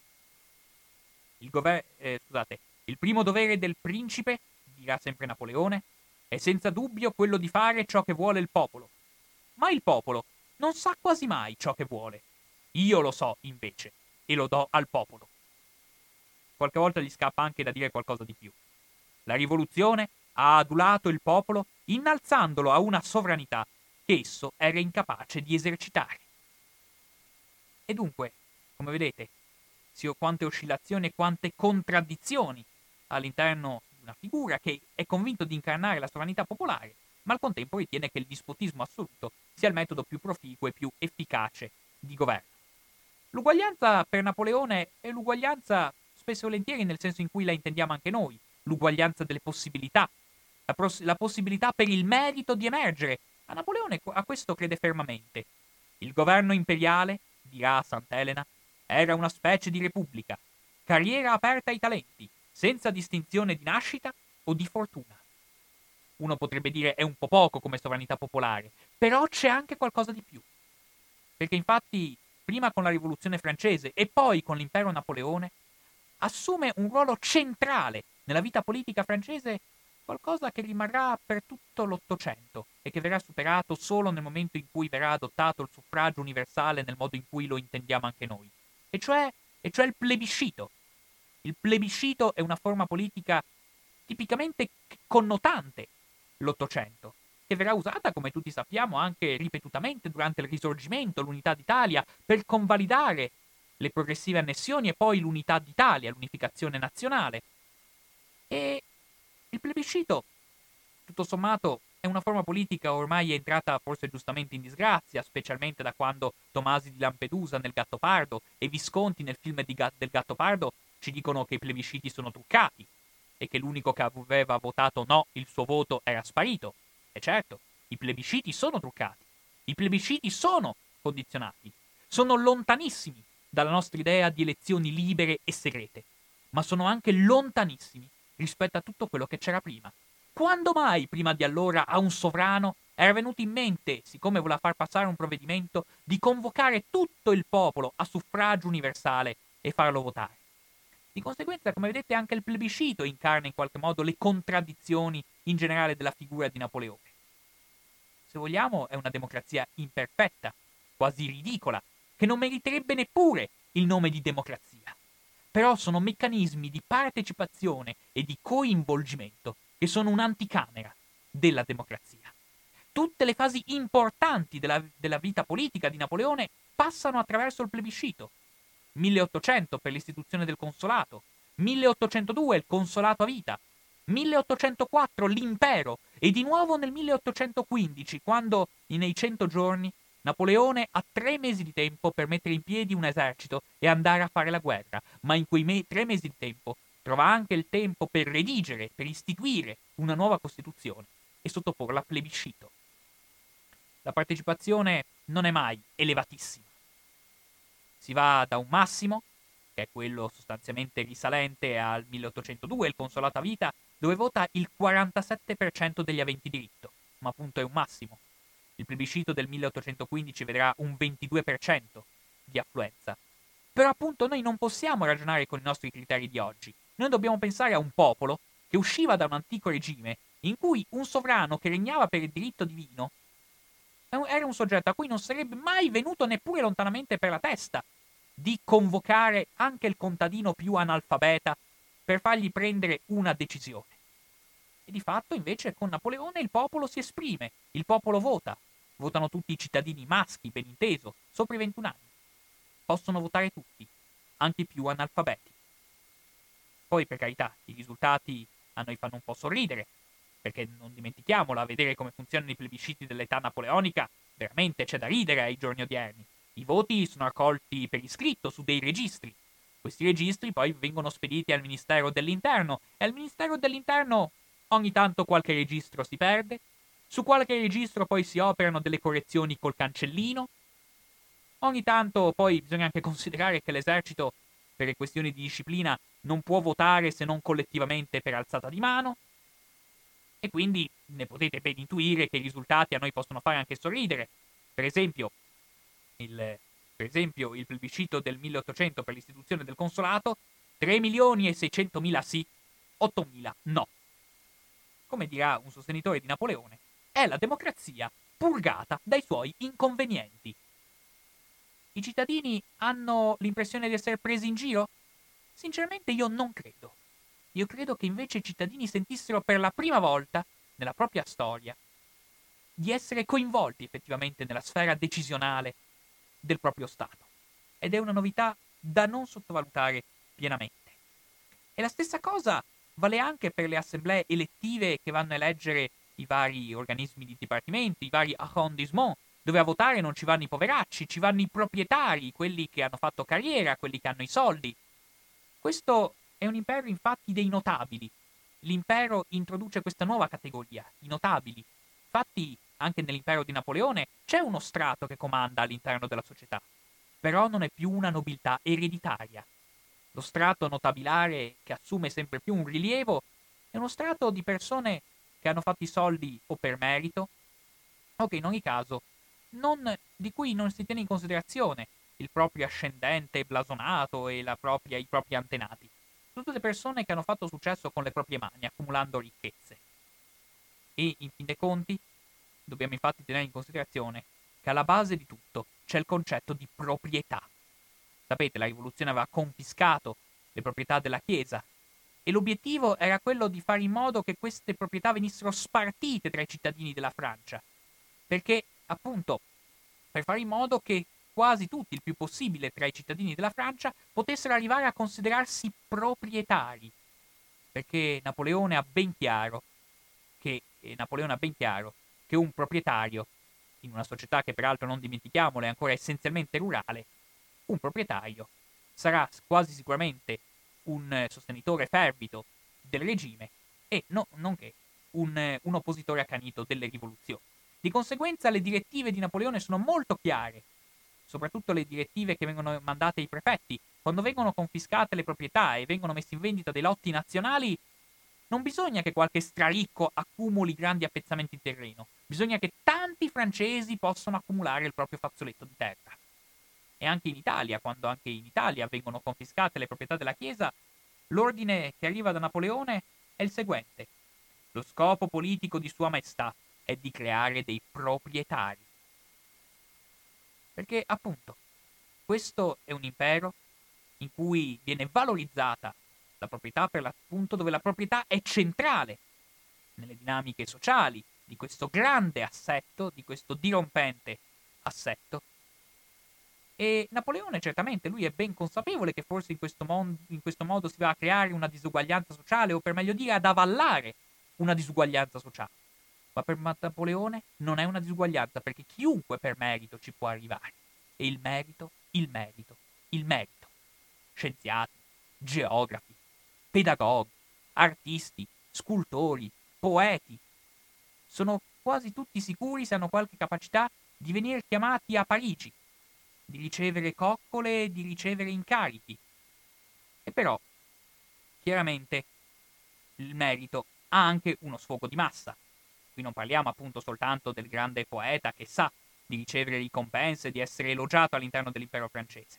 Il primo dovere del principe, dirà sempre Napoleone, è senza dubbio quello di fare ciò che vuole il popolo. Ma il popolo non sa quasi mai ciò che vuole. Io lo so, invece, e lo do al popolo. Qualche volta gli scappa anche da dire qualcosa di più. La rivoluzione ha adulato il popolo innalzandolo a una sovranità che esso era incapace di esercitare. E dunque, come vedete, quante oscillazioni e quante contraddizioni all'interno di una figura che è convinto di incarnare la sovranità popolare, ma al contempo ritiene che il dispotismo assoluto sia il metodo più proficuo e più efficace di governo. L'uguaglianza per Napoleone è l'uguaglianza spesso e volentieri nel senso in cui la intendiamo anche noi, l'uguaglianza delle possibilità, la possibilità per il merito di emergere. A Napoleone a questo crede fermamente. Il governo imperiale, dirà Sant'Elena, era una specie di repubblica, carriera aperta ai talenti, senza distinzione di nascita o di fortuna. Uno potrebbe dire è un po' poco come sovranità popolare, però c'è anche qualcosa di più. Perché infatti, prima con la rivoluzione francese e poi con l'impero Napoleone, assume un ruolo centrale nella vita politica francese, qualcosa che rimarrà per tutto l'Ottocento e che verrà superato solo nel momento in cui verrà adottato il suffragio universale nel modo in cui lo intendiamo anche noi, e cioè il plebiscito. Il plebiscito è una forma politica tipicamente connotante l'Ottocento, che verrà usata, come tutti sappiamo, anche ripetutamente durante il Risorgimento, l'Unità d'Italia, per convalidare le progressive annessioni e poi l'Unità d'Italia, l'unificazione nazionale. E il plebiscito, tutto sommato, è una forma politica ormai entrata forse giustamente in disgrazia, specialmente da quando Tomasi di Lampedusa nel Gattopardo e Visconti nel film del Gattopardo ci dicono che i plebisciti sono truccati e che l'unico che aveva votato no, il suo voto era sparito. E certo, i plebisciti sono truccati, i plebisciti sono condizionati, sono lontanissimi dalla nostra idea di elezioni libere e segrete, ma sono anche lontanissimi rispetto a tutto quello che c'era prima. Quando mai, prima di allora, a un sovrano era venuto in mente, siccome voleva far passare un provvedimento, di convocare tutto il popolo a suffragio universale e farlo votare? Di conseguenza, come vedete, anche il plebiscito incarna in qualche modo le contraddizioni in generale della figura di Napoleone. Se vogliamo, è una democrazia imperfetta, quasi ridicola, che non meriterebbe neppure il nome di democrazia. Però sono meccanismi di partecipazione e di coinvolgimento che sono un'anticamera della democrazia. Tutte le fasi importanti della vita politica di Napoleone passano attraverso il plebiscito. 1800 per l'istituzione del consolato, 1802 il consolato a vita, 1804 l'impero e di nuovo nel 1815, quando nei 100 giorni Napoleone ha 3 mesi di tempo per mettere in piedi un esercito e andare a fare la guerra, ma in quei 3 mesi di tempo trova anche il tempo per redigere, per istituire una nuova Costituzione e sottoporla a plebiscito. La partecipazione non è mai elevatissima. Si va da un massimo, che è quello sostanzialmente risalente al 1802, il consolato a vita, dove vota il 47% degli aventi diritto, ma appunto è un massimo. Il plebiscito del 1815 vedrà un 22% di affluenza. Però appunto noi non possiamo ragionare con i nostri criteri di oggi. Noi dobbiamo pensare a un popolo che usciva da un antico regime in cui un sovrano che regnava per il diritto divino era un soggetto a cui non sarebbe mai venuto neppure lontanamente per la testa di convocare anche il contadino più analfabeta per fargli prendere una decisione. E di fatto invece con Napoleone il popolo si esprime, il popolo vota. Votano tutti i cittadini maschi, ben inteso, sopra i 21 anni. Possono votare tutti, anche i più analfabeti. Poi, per carità, i risultati a noi fanno un po' sorridere, perché non dimentichiamolo, a vedere come funzionano i plebisciti dell'età napoleonica, veramente c'è da ridere ai giorni odierni. I voti sono raccolti per iscritto su dei registri. Questi registri poi vengono spediti al Ministero dell'Interno e al Ministero dell'Interno ogni tanto qualche registro si perde, su qualche registro poi si operano delle correzioni col cancellino. Ogni tanto poi bisogna anche considerare che l'esercito, per le questioni di disciplina, non può votare se non collettivamente per alzata di mano. E quindi ne potete ben intuire che i risultati a noi possono fare anche sorridere. Per esempio, il plebiscito del 1800 per l'istituzione del consolato, 3.600.000 sì, 8.000 no. Come dirà un sostenitore di Napoleone, è la democrazia purgata dai suoi inconvenienti. I cittadini hanno l'impressione di essere presi in giro? Sinceramente io non credo. Io credo che invece i cittadini sentissero per la prima volta nella propria storia di essere coinvolti effettivamente nella sfera decisionale del proprio Stato. Ed è una novità da non sottovalutare pienamente. E la stessa cosa vale anche per le assemblee elettive che vanno a eleggere i vari organismi di dipartimento, i vari arrondissement. dove a votare non ci vanno i poveracci, ci vanno i proprietari, quelli che hanno fatto carriera, quelli che hanno i soldi. Questo è un impero infatti dei notabili. L'impero introduce questa nuova categoria, i notabili. Infatti, anche nell'impero di Napoleone c'è uno strato che comanda all'interno della società, però non è più una nobiltà ereditaria. Lo strato notabilare, che assume sempre più un rilievo, è uno strato di persone che hanno fatto i soldi o per merito, o che in ogni caso di cui non si tiene in considerazione il proprio ascendente blasonato e i propri antenati. Tutte le persone che hanno fatto successo con le proprie mani, accumulando ricchezze. E, in fin dei conti, dobbiamo infatti tenere in considerazione che alla base di tutto c'è il concetto di proprietà. Sapete, la rivoluzione aveva confiscato le proprietà della Chiesa e l'obiettivo era quello di fare in modo che queste proprietà venissero spartite tra i cittadini della Francia, perché appunto per fare in modo che quasi tutti, il più possibile tra i cittadini della Francia, potessero arrivare a considerarsi proprietari, perché Napoleone ha ben chiaro che un proprietario, in una società che peraltro non dimentichiamolo è ancora essenzialmente rurale, un proprietario sarà quasi sicuramente un sostenitore fervido del regime e nonché un oppositore accanito delle rivoluzioni. Di conseguenza le direttive di Napoleone sono molto chiare, soprattutto le direttive che vengono mandate ai prefetti. Quando vengono confiscate le proprietà e vengono messi in vendita dei lotti nazionali, non bisogna che qualche straricco accumuli grandi appezzamenti di terreno, bisogna che tanti francesi possano accumulare il proprio fazzoletto di terra. E anche in Italia, quando anche in Italia vengono confiscate le proprietà della Chiesa, l'ordine che arriva da Napoleone è il seguente: lo scopo politico di Sua Maestà è di creare dei proprietari. Perché, appunto, questo è un impero in cui viene valorizzata la proprietà per l'appunto dove la proprietà è centrale nelle dinamiche sociali di questo grande assetto, di questo dirompente assetto. E Napoleone certamente, lui è ben consapevole che forse in questo modo si va a creare una disuguaglianza sociale, o per meglio dire ad avallare una disuguaglianza sociale. Ma per Napoleone non è una disuguaglianza, perché chiunque per merito ci può arrivare. E il merito, il merito, il merito. Scienziati, geografi, pedagogi, artisti, scultori, poeti. Sono quasi tutti sicuri, se hanno qualche capacità, di venire chiamati a Parigi, di ricevere coccole, di ricevere incarichi. E però, chiaramente, il merito ha anche uno sfogo di massa. Qui non parliamo appunto soltanto del grande poeta che sa di ricevere ricompense, di essere elogiato all'interno dell'impero francese.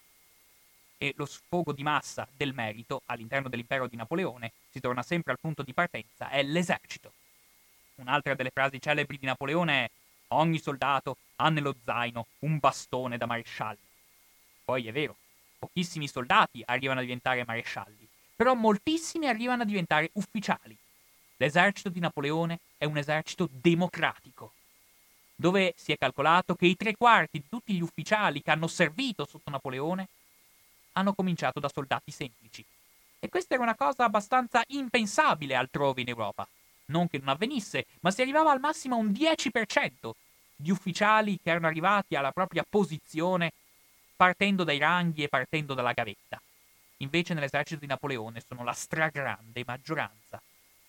E lo sfogo di massa del merito all'interno dell'impero di Napoleone, si torna sempre al punto di partenza, è l'esercito. Un'altra delle frasi celebri di Napoleone è: ogni soldato ha nello zaino un bastone da maresciallo. Poi è vero, pochissimi soldati arrivano a diventare marescialli, però moltissimi arrivano a diventare ufficiali. L'esercito di Napoleone è un esercito democratico, dove si è calcolato che i 3/4 di tutti gli ufficiali che hanno servito sotto Napoleone hanno cominciato da soldati semplici. E questa era una cosa abbastanza impensabile altrove in Europa. Non che non avvenisse, ma si arrivava al massimo a un 10% di ufficiali che erano arrivati alla propria posizione partendo dai ranghi e partendo dalla gavetta. Invece nell'esercito di Napoleone sono la stragrande maggioranza.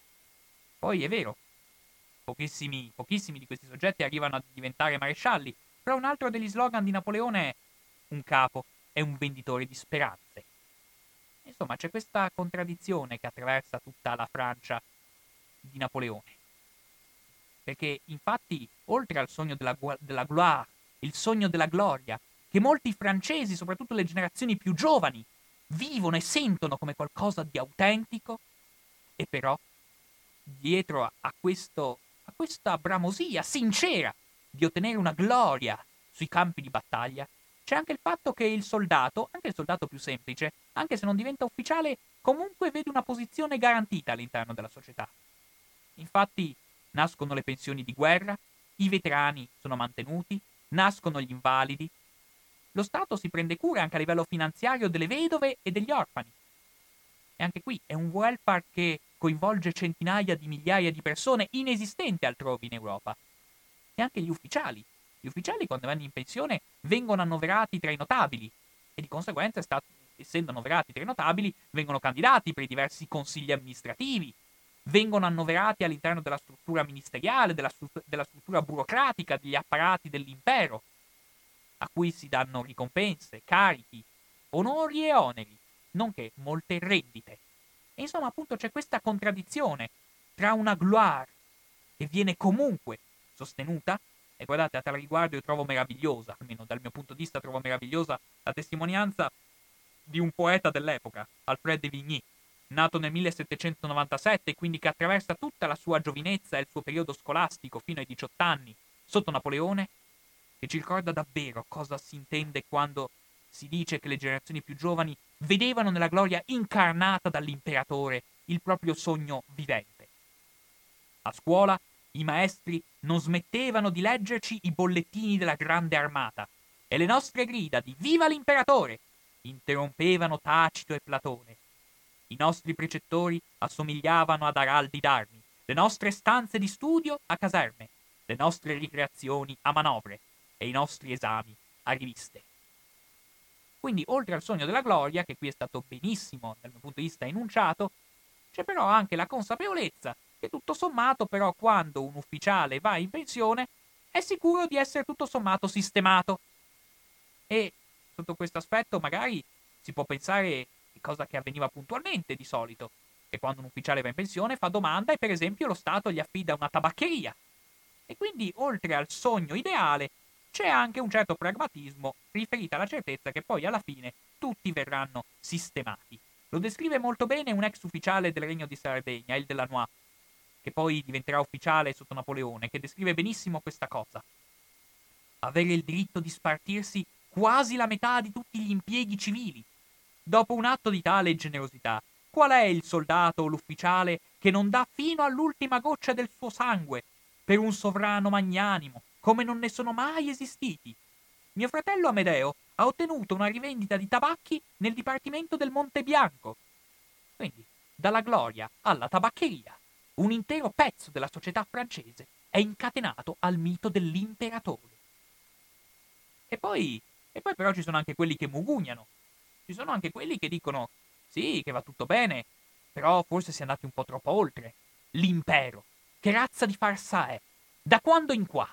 Poi è vero, pochissimi di questi soggetti arrivano a diventare marescialli, però un altro degli slogan di Napoleone è: un capo è un venditore di speranze. Insomma, c'è questa contraddizione che attraversa tutta la Francia di Napoleone. Perché, infatti, oltre al sogno della gloire, il sogno della gloria, che molti francesi, soprattutto le generazioni più giovani, vivono e sentono come qualcosa di autentico, e però, dietro a questa bramosia sincera di ottenere una gloria sui campi di battaglia, c'è anche il fatto che il soldato, anche il soldato più semplice, anche se non diventa ufficiale, comunque vede una posizione garantita all'interno della società. Infatti nascono le pensioni di guerra, i veterani sono mantenuti, nascono gli invalidi. Lo Stato si prende cura anche a livello finanziario delle vedove e degli orfani. E anche qui è un welfare che coinvolge centinaia di migliaia di persone, inesistente altrove in Europa. E anche gli ufficiali Gli ufficiali, quando vanno in pensione, vengono annoverati tra i notabili e di conseguenza, essendo annoverati tra i notabili, vengono candidati per i diversi consigli amministrativi, vengono annoverati all'interno della struttura ministeriale, della struttura burocratica, degli apparati dell'impero, a cui si danno ricompense, carichi, onori e oneri, nonché molte rendite. E insomma, appunto, c'è questa contraddizione tra una gloire che viene comunque sostenuta, e guardate, a tal riguardo io trovo meravigliosa, almeno dal mio punto di vista trovo meravigliosa, la testimonianza di un poeta dell'epoca, Alfred de Vigny, nato nel 1797, quindi che attraversa tutta la sua giovinezza e il suo periodo scolastico fino ai 18 anni sotto Napoleone, che ci ricorda davvero cosa si intende quando si dice che le generazioni più giovani vedevano nella gloria incarnata dall'imperatore il proprio sogno vivente. A scuola i maestri non smettevano di leggerci i bollettini della grande armata e le nostre grida di Viva l'imperatore interrompevano Tacito e Platone. I nostri precettori assomigliavano ad araldi d'armi, le nostre stanze di studio a caserme, le nostre ricreazioni a manovre e i nostri esami a riviste. Quindi, oltre al sogno della gloria, che qui è stato benissimo dal mio punto di vista enunciato, c'è però anche la consapevolezza che tutto sommato, però, quando un ufficiale va in pensione, è sicuro di essere tutto sommato sistemato. E sotto questo aspetto magari si può pensare che cosa che avveniva puntualmente di solito, che quando un ufficiale va in pensione fa domanda e per esempio lo Stato gli affida una tabaccheria. E quindi, oltre al sogno ideale, c'è anche un certo pragmatismo riferito alla certezza che poi alla fine tutti verranno sistemati. Lo descrive molto bene un ex ufficiale del Regno di Sardegna, il Delanois, che poi diventerà ufficiale sotto Napoleone, che descrive benissimo questa cosa. Avere il diritto di spartirsi quasi la metà di tutti gli impieghi civili. Dopo un atto di tale generosità, qual è il soldato o l'ufficiale che non dà fino all'ultima goccia del suo sangue per un sovrano magnanimo, come non ne sono mai esistiti? Mio fratello Amedeo ha ottenuto una rivendita di tabacchi nel dipartimento del Monte Bianco. Quindi, dalla gloria alla tabaccheria, un intero pezzo della società francese è incatenato al mito dell'imperatore. E poi però ci sono anche quelli che mugugnano. Ci sono anche quelli che dicono, sì, che va tutto bene, però forse si è andati un po' troppo oltre. L'impero, che razza di farsa è? Da quando in qua?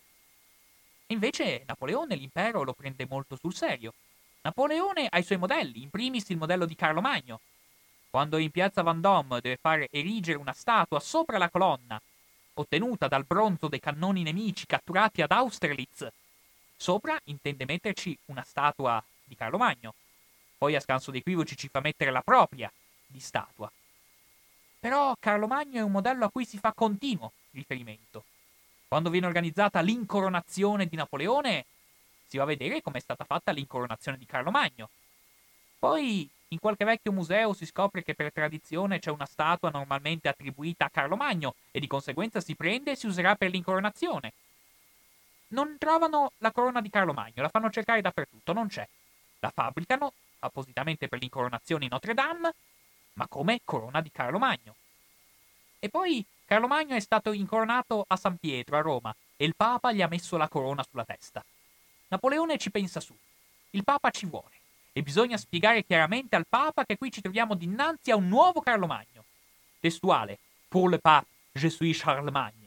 E invece Napoleone l'impero lo prende molto sul serio. Napoleone ha i suoi modelli, in primis il modello di Carlo Magno. Quando in piazza Vendôme deve fare erigere una statua sopra la colonna, ottenuta dal bronzo dei cannoni nemici catturati ad Austerlitz, sopra intende metterci una statua di Carlo Magno. Poi a scanso dei equivoci ci fa mettere la propria di statua. Però Carlo Magno è un modello a cui si fa continuo riferimento. Quando viene organizzata l'incoronazione di Napoleone, si va a vedere come è stata fatta l'incoronazione di Carlo Magno. Poi, in qualche vecchio museo si scopre che per tradizione c'è una statua normalmente attribuita a Carlo Magno e di conseguenza si prende e si userà per l'incoronazione. Non trovano la corona di Carlo Magno, la fanno cercare dappertutto, non c'è. La fabbricano appositamente per l'incoronazione in Notre Dame, ma come corona di Carlo Magno. E poi Carlo Magno è stato incoronato a San Pietro, a Roma, e il Papa gli ha messo la corona sulla testa. Napoleone ci pensa su. Il Papa ci vuole. E bisogna spiegare chiaramente al Papa che qui ci troviamo dinanzi a un nuovo Carlo Magno. Testuale. Pour le pape, je suis Charlemagne.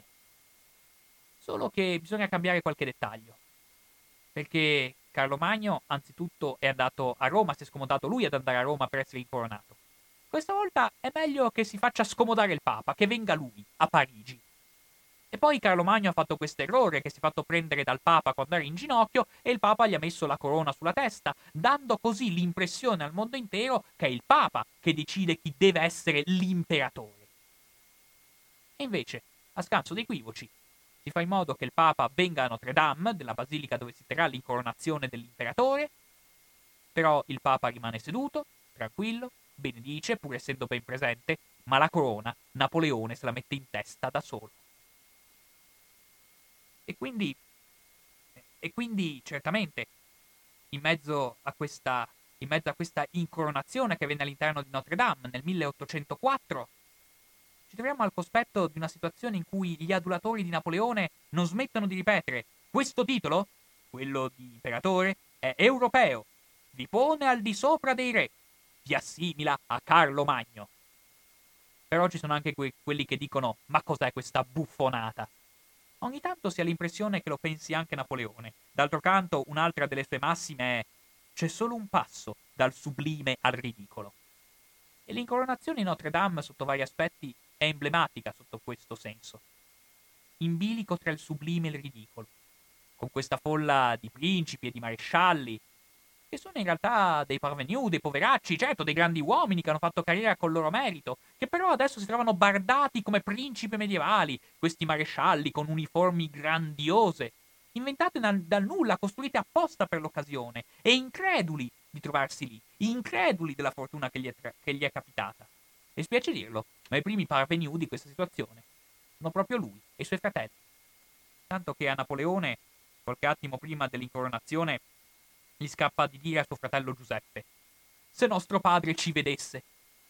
Solo che bisogna cambiare qualche dettaglio. Perché Carlo Magno, anzitutto, è andato a Roma, si è scomodato lui ad andare a Roma per essere incoronato. Questa volta è meglio che si faccia scomodare il Papa, che venga lui, a Parigi. E poi Carlo Magno ha fatto questo errore, che si è fatto prendere dal Papa quando era in ginocchio e il Papa gli ha messo la corona sulla testa, dando così l'impressione al mondo intero che è il Papa che decide chi deve essere l'imperatore. E invece, a scanso dei equivoci, si fa in modo che il Papa venga a Notre Dame, della basilica dove si terrà l'incoronazione dell'imperatore, però il Papa rimane seduto, tranquillo, benedice, pur essendo ben presente, ma la corona Napoleone se la mette in testa da solo. E quindi certamente, in mezzo a questa incoronazione che avvenne all'interno di Notre Dame nel 1804, ci troviamo al cospetto di una situazione in cui gli adulatori di Napoleone non smettono di ripetere Questo titolo, quello di imperatore, è europeo, vi pone al di sopra dei re, vi assimila a Carlo Magno. Però ci sono anche quelli che dicono: ma cos'è questa buffonata? Ogni tanto si ha l'impressione che lo pensi anche Napoleone. D'altro canto, un'altra delle sue massime è: c'è solo un passo dal sublime al ridicolo. E l'incoronazione in Notre Dame, sotto vari aspetti, è emblematica sotto questo senso. In bilico tra il sublime e il ridicolo, con questa folla di principi e di marescialli, che sono in realtà dei parvenu, dei poveracci, certo, dei grandi uomini che hanno fatto carriera col loro merito, che però adesso si trovano bardati come principi medievali, questi marescialli con uniformi grandiose, inventate dal nulla, costruite apposta per l'occasione, e increduli di trovarsi lì, increduli della fortuna che gli è capitata. E spiace dirlo, ma i primi parvenu di questa situazione sono proprio lui e i suoi fratelli. Tanto che a Napoleone, qualche attimo prima dell'incoronazione, gli scappa di dire a suo fratello Giuseppe: se nostro padre ci vedesse.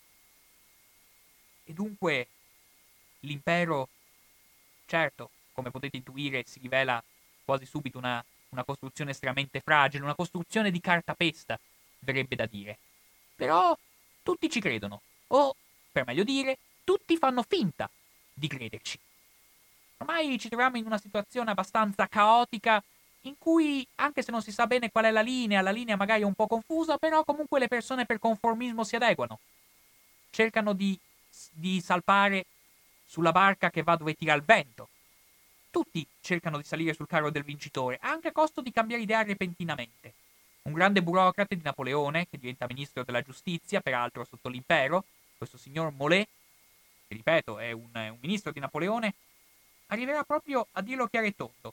E dunque l'impero, certo, come potete intuire, si rivela quasi subito una costruzione estremamente fragile, una costruzione di cartapesta, verrebbe da dire. Però tutti ci credono, o, per meglio dire, tutti fanno finta di crederci. Ormai ci troviamo in una situazione abbastanza caotica in cui, anche se non si sa bene qual è la linea magari è un po' confusa, però comunque le persone per conformismo si adeguano. Cercano di salpare sulla barca che va dove tira il vento. Tutti cercano di salire sul carro del vincitore, anche a costo di cambiare idea repentinamente. Un grande burocrate di Napoleone, che diventa ministro della giustizia, peraltro sotto l'impero, questo signor Molé, che ripeto è un ministro di Napoleone, arriverà proprio a dirlo chiaro e tondo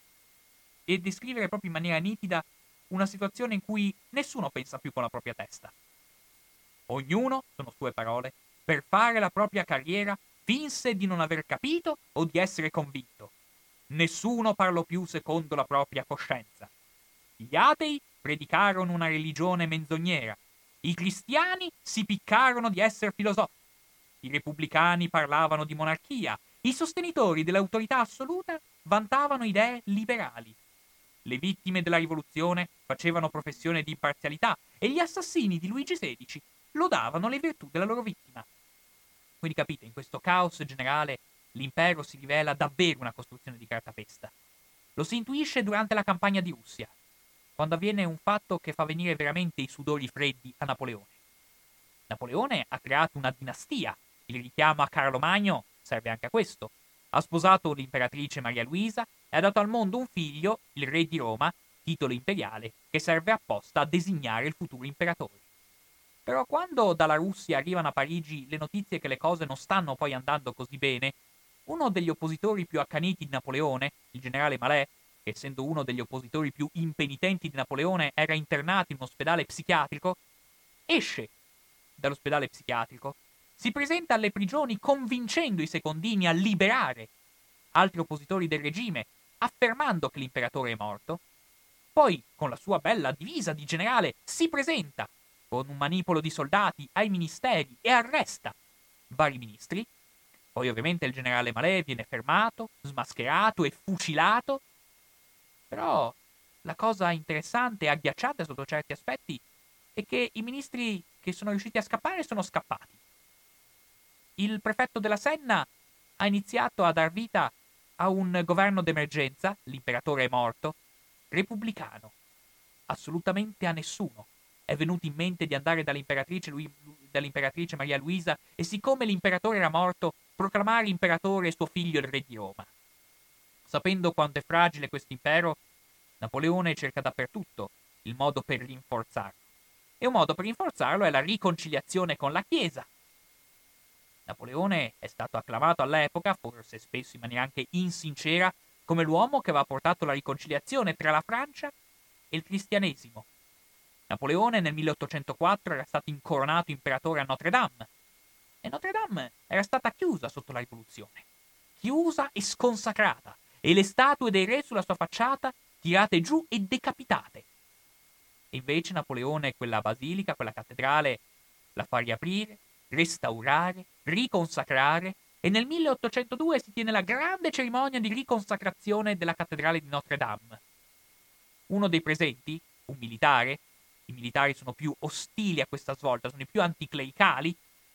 e descrivere proprio in maniera nitida una situazione in cui nessuno pensa più con la propria testa. Ognuno, sono sue parole, per fare la propria carriera finse di non aver capito o di essere convinto. Nessuno parlò più secondo la propria coscienza. Gli atei predicarono una religione menzognera. I cristiani si piccarono di essere filosofi. I repubblicani parlavano di monarchia. I sostenitori dell'autorità assoluta vantavano idee liberali. Le vittime della rivoluzione facevano professione di imparzialità e gli assassini di Luigi XVI lodavano le virtù della loro vittima. Quindi capite, in questo caos generale l'impero si rivela davvero una costruzione di cartapesta. Lo si intuisce durante la campagna di Russia, quando avviene un fatto che fa venire veramente i sudori freddi a Napoleone. Napoleone ha creato una dinastia, il richiamo a Carlo Magno serve anche a questo. Ha sposato l'imperatrice Maria Luisa e ha dato al mondo un figlio, il re di Roma, titolo imperiale, che serve apposta a designare il futuro imperatore. Però quando dalla Russia arrivano a Parigi le notizie che le cose non stanno poi andando così bene, uno degli oppositori più accaniti di Napoleone, il generale Malè, che essendo uno degli oppositori più impenitenti di Napoleone era internato in un ospedale psichiatrico, esce dall'ospedale psichiatrico, si presenta alle prigioni convincendo i secondini a liberare altri oppositori del regime, affermando che l'imperatore è morto. Poi, con la sua bella divisa di generale, si presenta con un manipolo di soldati ai ministeri e arresta vari ministri. Poi ovviamente il generale Malè viene fermato, smascherato e fucilato. Però la cosa interessante e agghiacciante sotto certi aspetti è che i ministri che sono riusciti a scappare sono scappati. Il prefetto della Senna ha iniziato a dar vita a un governo d'emergenza, l'imperatore è morto, repubblicano. Assolutamente a nessuno è venuto in mente di andare dall'imperatrice Maria Luisa e, siccome l'imperatore era morto, proclamare imperatore suo figlio il re di Roma. Sapendo quanto è fragile questo impero, Napoleone cerca dappertutto il modo per rinforzarlo. E un modo per rinforzarlo è la riconciliazione con la Chiesa. Napoleone è stato acclamato all'epoca, forse spesso in maniera anche insincera, come l'uomo che aveva portato la riconciliazione tra la Francia e il cristianesimo. Napoleone nel 1804 era stato incoronato imperatore a Notre Dame e Notre Dame era stata chiusa sotto la rivoluzione, chiusa e sconsacrata, e le statue dei re sulla sua facciata tirate giù e decapitate. E invece Napoleone quella basilica, quella cattedrale, la fa riaprire, restaurare, riconsacrare e nel 1802 si tiene la grande cerimonia di riconsacrazione della cattedrale di Notre Dame. Uno dei presenti, un militare, i militari sono più ostili a questa svolta, sono i più anticlericali,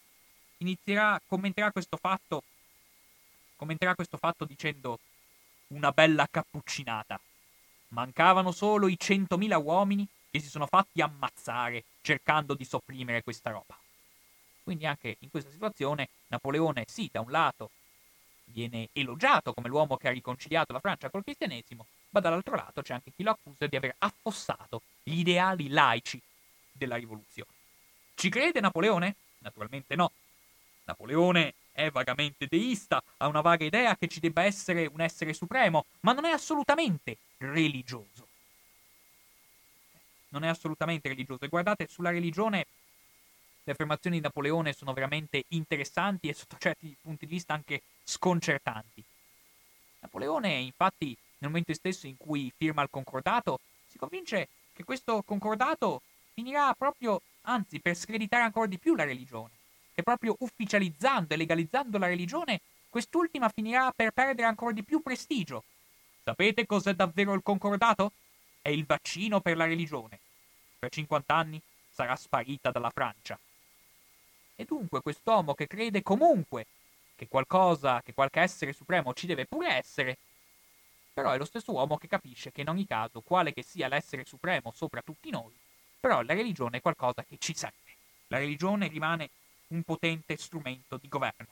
commenterà questo fatto dicendo: una bella cappuccinata. Mancavano solo i 100.000 uomini che si sono fatti ammazzare cercando di sopprimere questa roba. Quindi anche in questa situazione Napoleone, sì, da un lato viene elogiato come l'uomo che ha riconciliato la Francia col cristianesimo, ma dall'altro lato c'è anche chi lo accusa di aver affossato gli ideali laici della rivoluzione. Ci crede Napoleone? Naturalmente no. Napoleone è vagamente deista, ha una vaga idea che ci debba essere un essere supremo, ma non è assolutamente religioso. Non è assolutamente religioso. E guardate, sulla religione le affermazioni di Napoleone sono veramente interessanti e sotto certi punti di vista anche sconcertanti. Napoleone, infatti, nel momento stesso in cui firma il concordato, si convince che questo concordato finirà proprio, anzi, per screditare ancora di più la religione, che proprio ufficializzando e legalizzando la religione, quest'ultima finirà per perdere ancora di più prestigio. Sapete cos'è davvero il concordato? È il vaccino per la religione. Per 50 anni sarà sparita dalla Francia. E dunque quest'uomo che crede comunque che qualcosa, che qualche essere supremo ci deve pure essere, però è lo stesso uomo che capisce che in ogni caso, quale che sia l'essere supremo sopra tutti noi, però la religione è qualcosa che ci serve. La religione rimane un potente strumento di governo.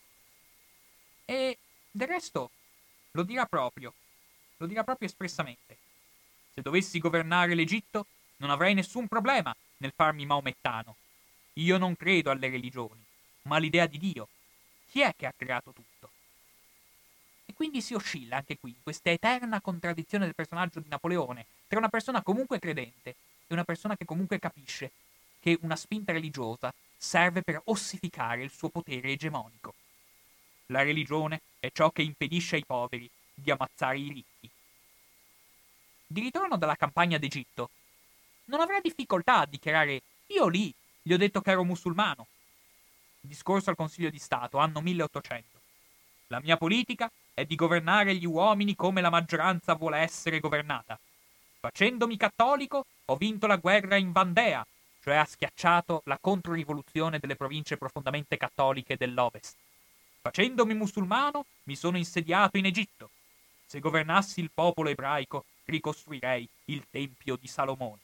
E del resto lo dirà proprio espressamente. Se dovessi governare l'Egitto, non avrei nessun problema nel farmi maomettano. Io non credo alle religioni, ma all'idea di Dio. Chi è che ha creato tutto? E quindi si oscilla anche qui, questa eterna contraddizione del personaggio di Napoleone, tra una persona comunque credente e una persona che comunque capisce che una spinta religiosa serve per ossificare il suo potere egemonico. La religione è ciò che impedisce ai poveri di ammazzare i ricchi. Di ritorno dalla campagna d'Egitto, non avrà difficoltà a dichiarare: io lì gli ho detto che ero musulmano. Discorso al Consiglio di Stato, anno 1800. La mia politica è di governare gli uomini come la maggioranza vuole essere governata. Facendomi cattolico, ho vinto la guerra in Vandea, cioè ha schiacciato la controrivoluzione delle province profondamente cattoliche dell'Ovest. Facendomi musulmano, mi sono insediato in Egitto. Se governassi il popolo ebraico, ricostruirei il Tempio di Salomone.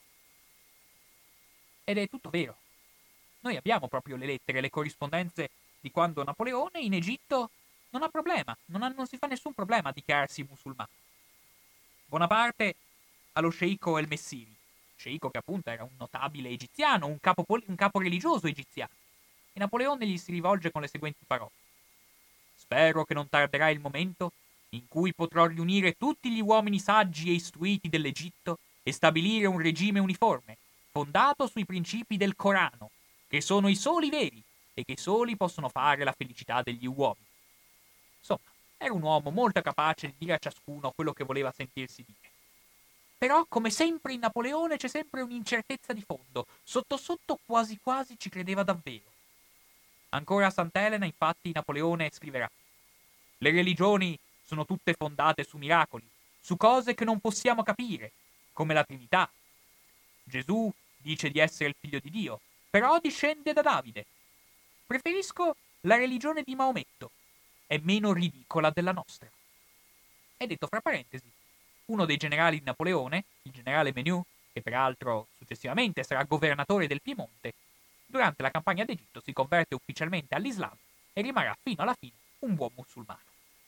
Ed è tutto vero. Noi abbiamo proprio le lettere, le corrispondenze di quando Napoleone in Egitto non ha problema, non si fa nessun problema a dichiararsi musulmano. Bonaparte allo sceicco El Messiri, sceicco che appunto era un notabile egiziano, un capo religioso egiziano, e Napoleone gli si rivolge con le seguenti parole: spero che non tarderà il momento in cui potrò riunire tutti gli uomini saggi e istruiti dell'Egitto e stabilire un regime uniforme, fondato sui principi del Corano, che sono i soli veri e che soli possono fare la felicità degli uomini. Insomma, era un uomo molto capace di dire a ciascuno quello che voleva sentirsi dire. Però, come sempre in Napoleone, c'è sempre un'incertezza di fondo. Sotto sotto quasi quasi ci credeva davvero. Ancora a Sant'Elena, infatti, Napoleone scriverà: le religioni sono tutte fondate su miracoli, su cose che non possiamo capire, come la Trinità. Gesù dice di essere il figlio di Dio, però discende da Davide. Preferisco la religione di Maometto, è meno ridicola della nostra. È detto fra parentesi. Uno dei generali di Napoleone, il generale Menou, che peraltro successivamente sarà governatore del Piemonte, durante la campagna d'Egitto si converte ufficialmente all'Islam e rimarrà fino alla fine un buon musulmano.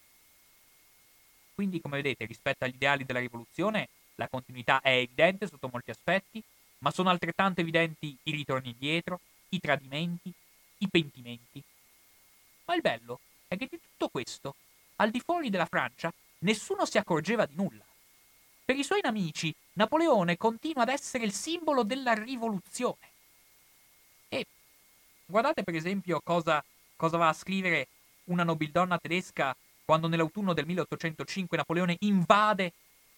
Quindi, come vedete, rispetto agli ideali della rivoluzione, la continuità è evidente sotto molti aspetti, ma sono altrettanto evidenti i ritorni indietro, i tradimenti, i pentimenti. Ma il bello è che di tutto questo, al di fuori della Francia, nessuno si accorgeva di nulla. Per i suoi nemici, Napoleone continua ad essere il simbolo della rivoluzione. E guardate per esempio cosa va a scrivere una nobildonna tedesca quando nell'autunno del 1805 Napoleone invade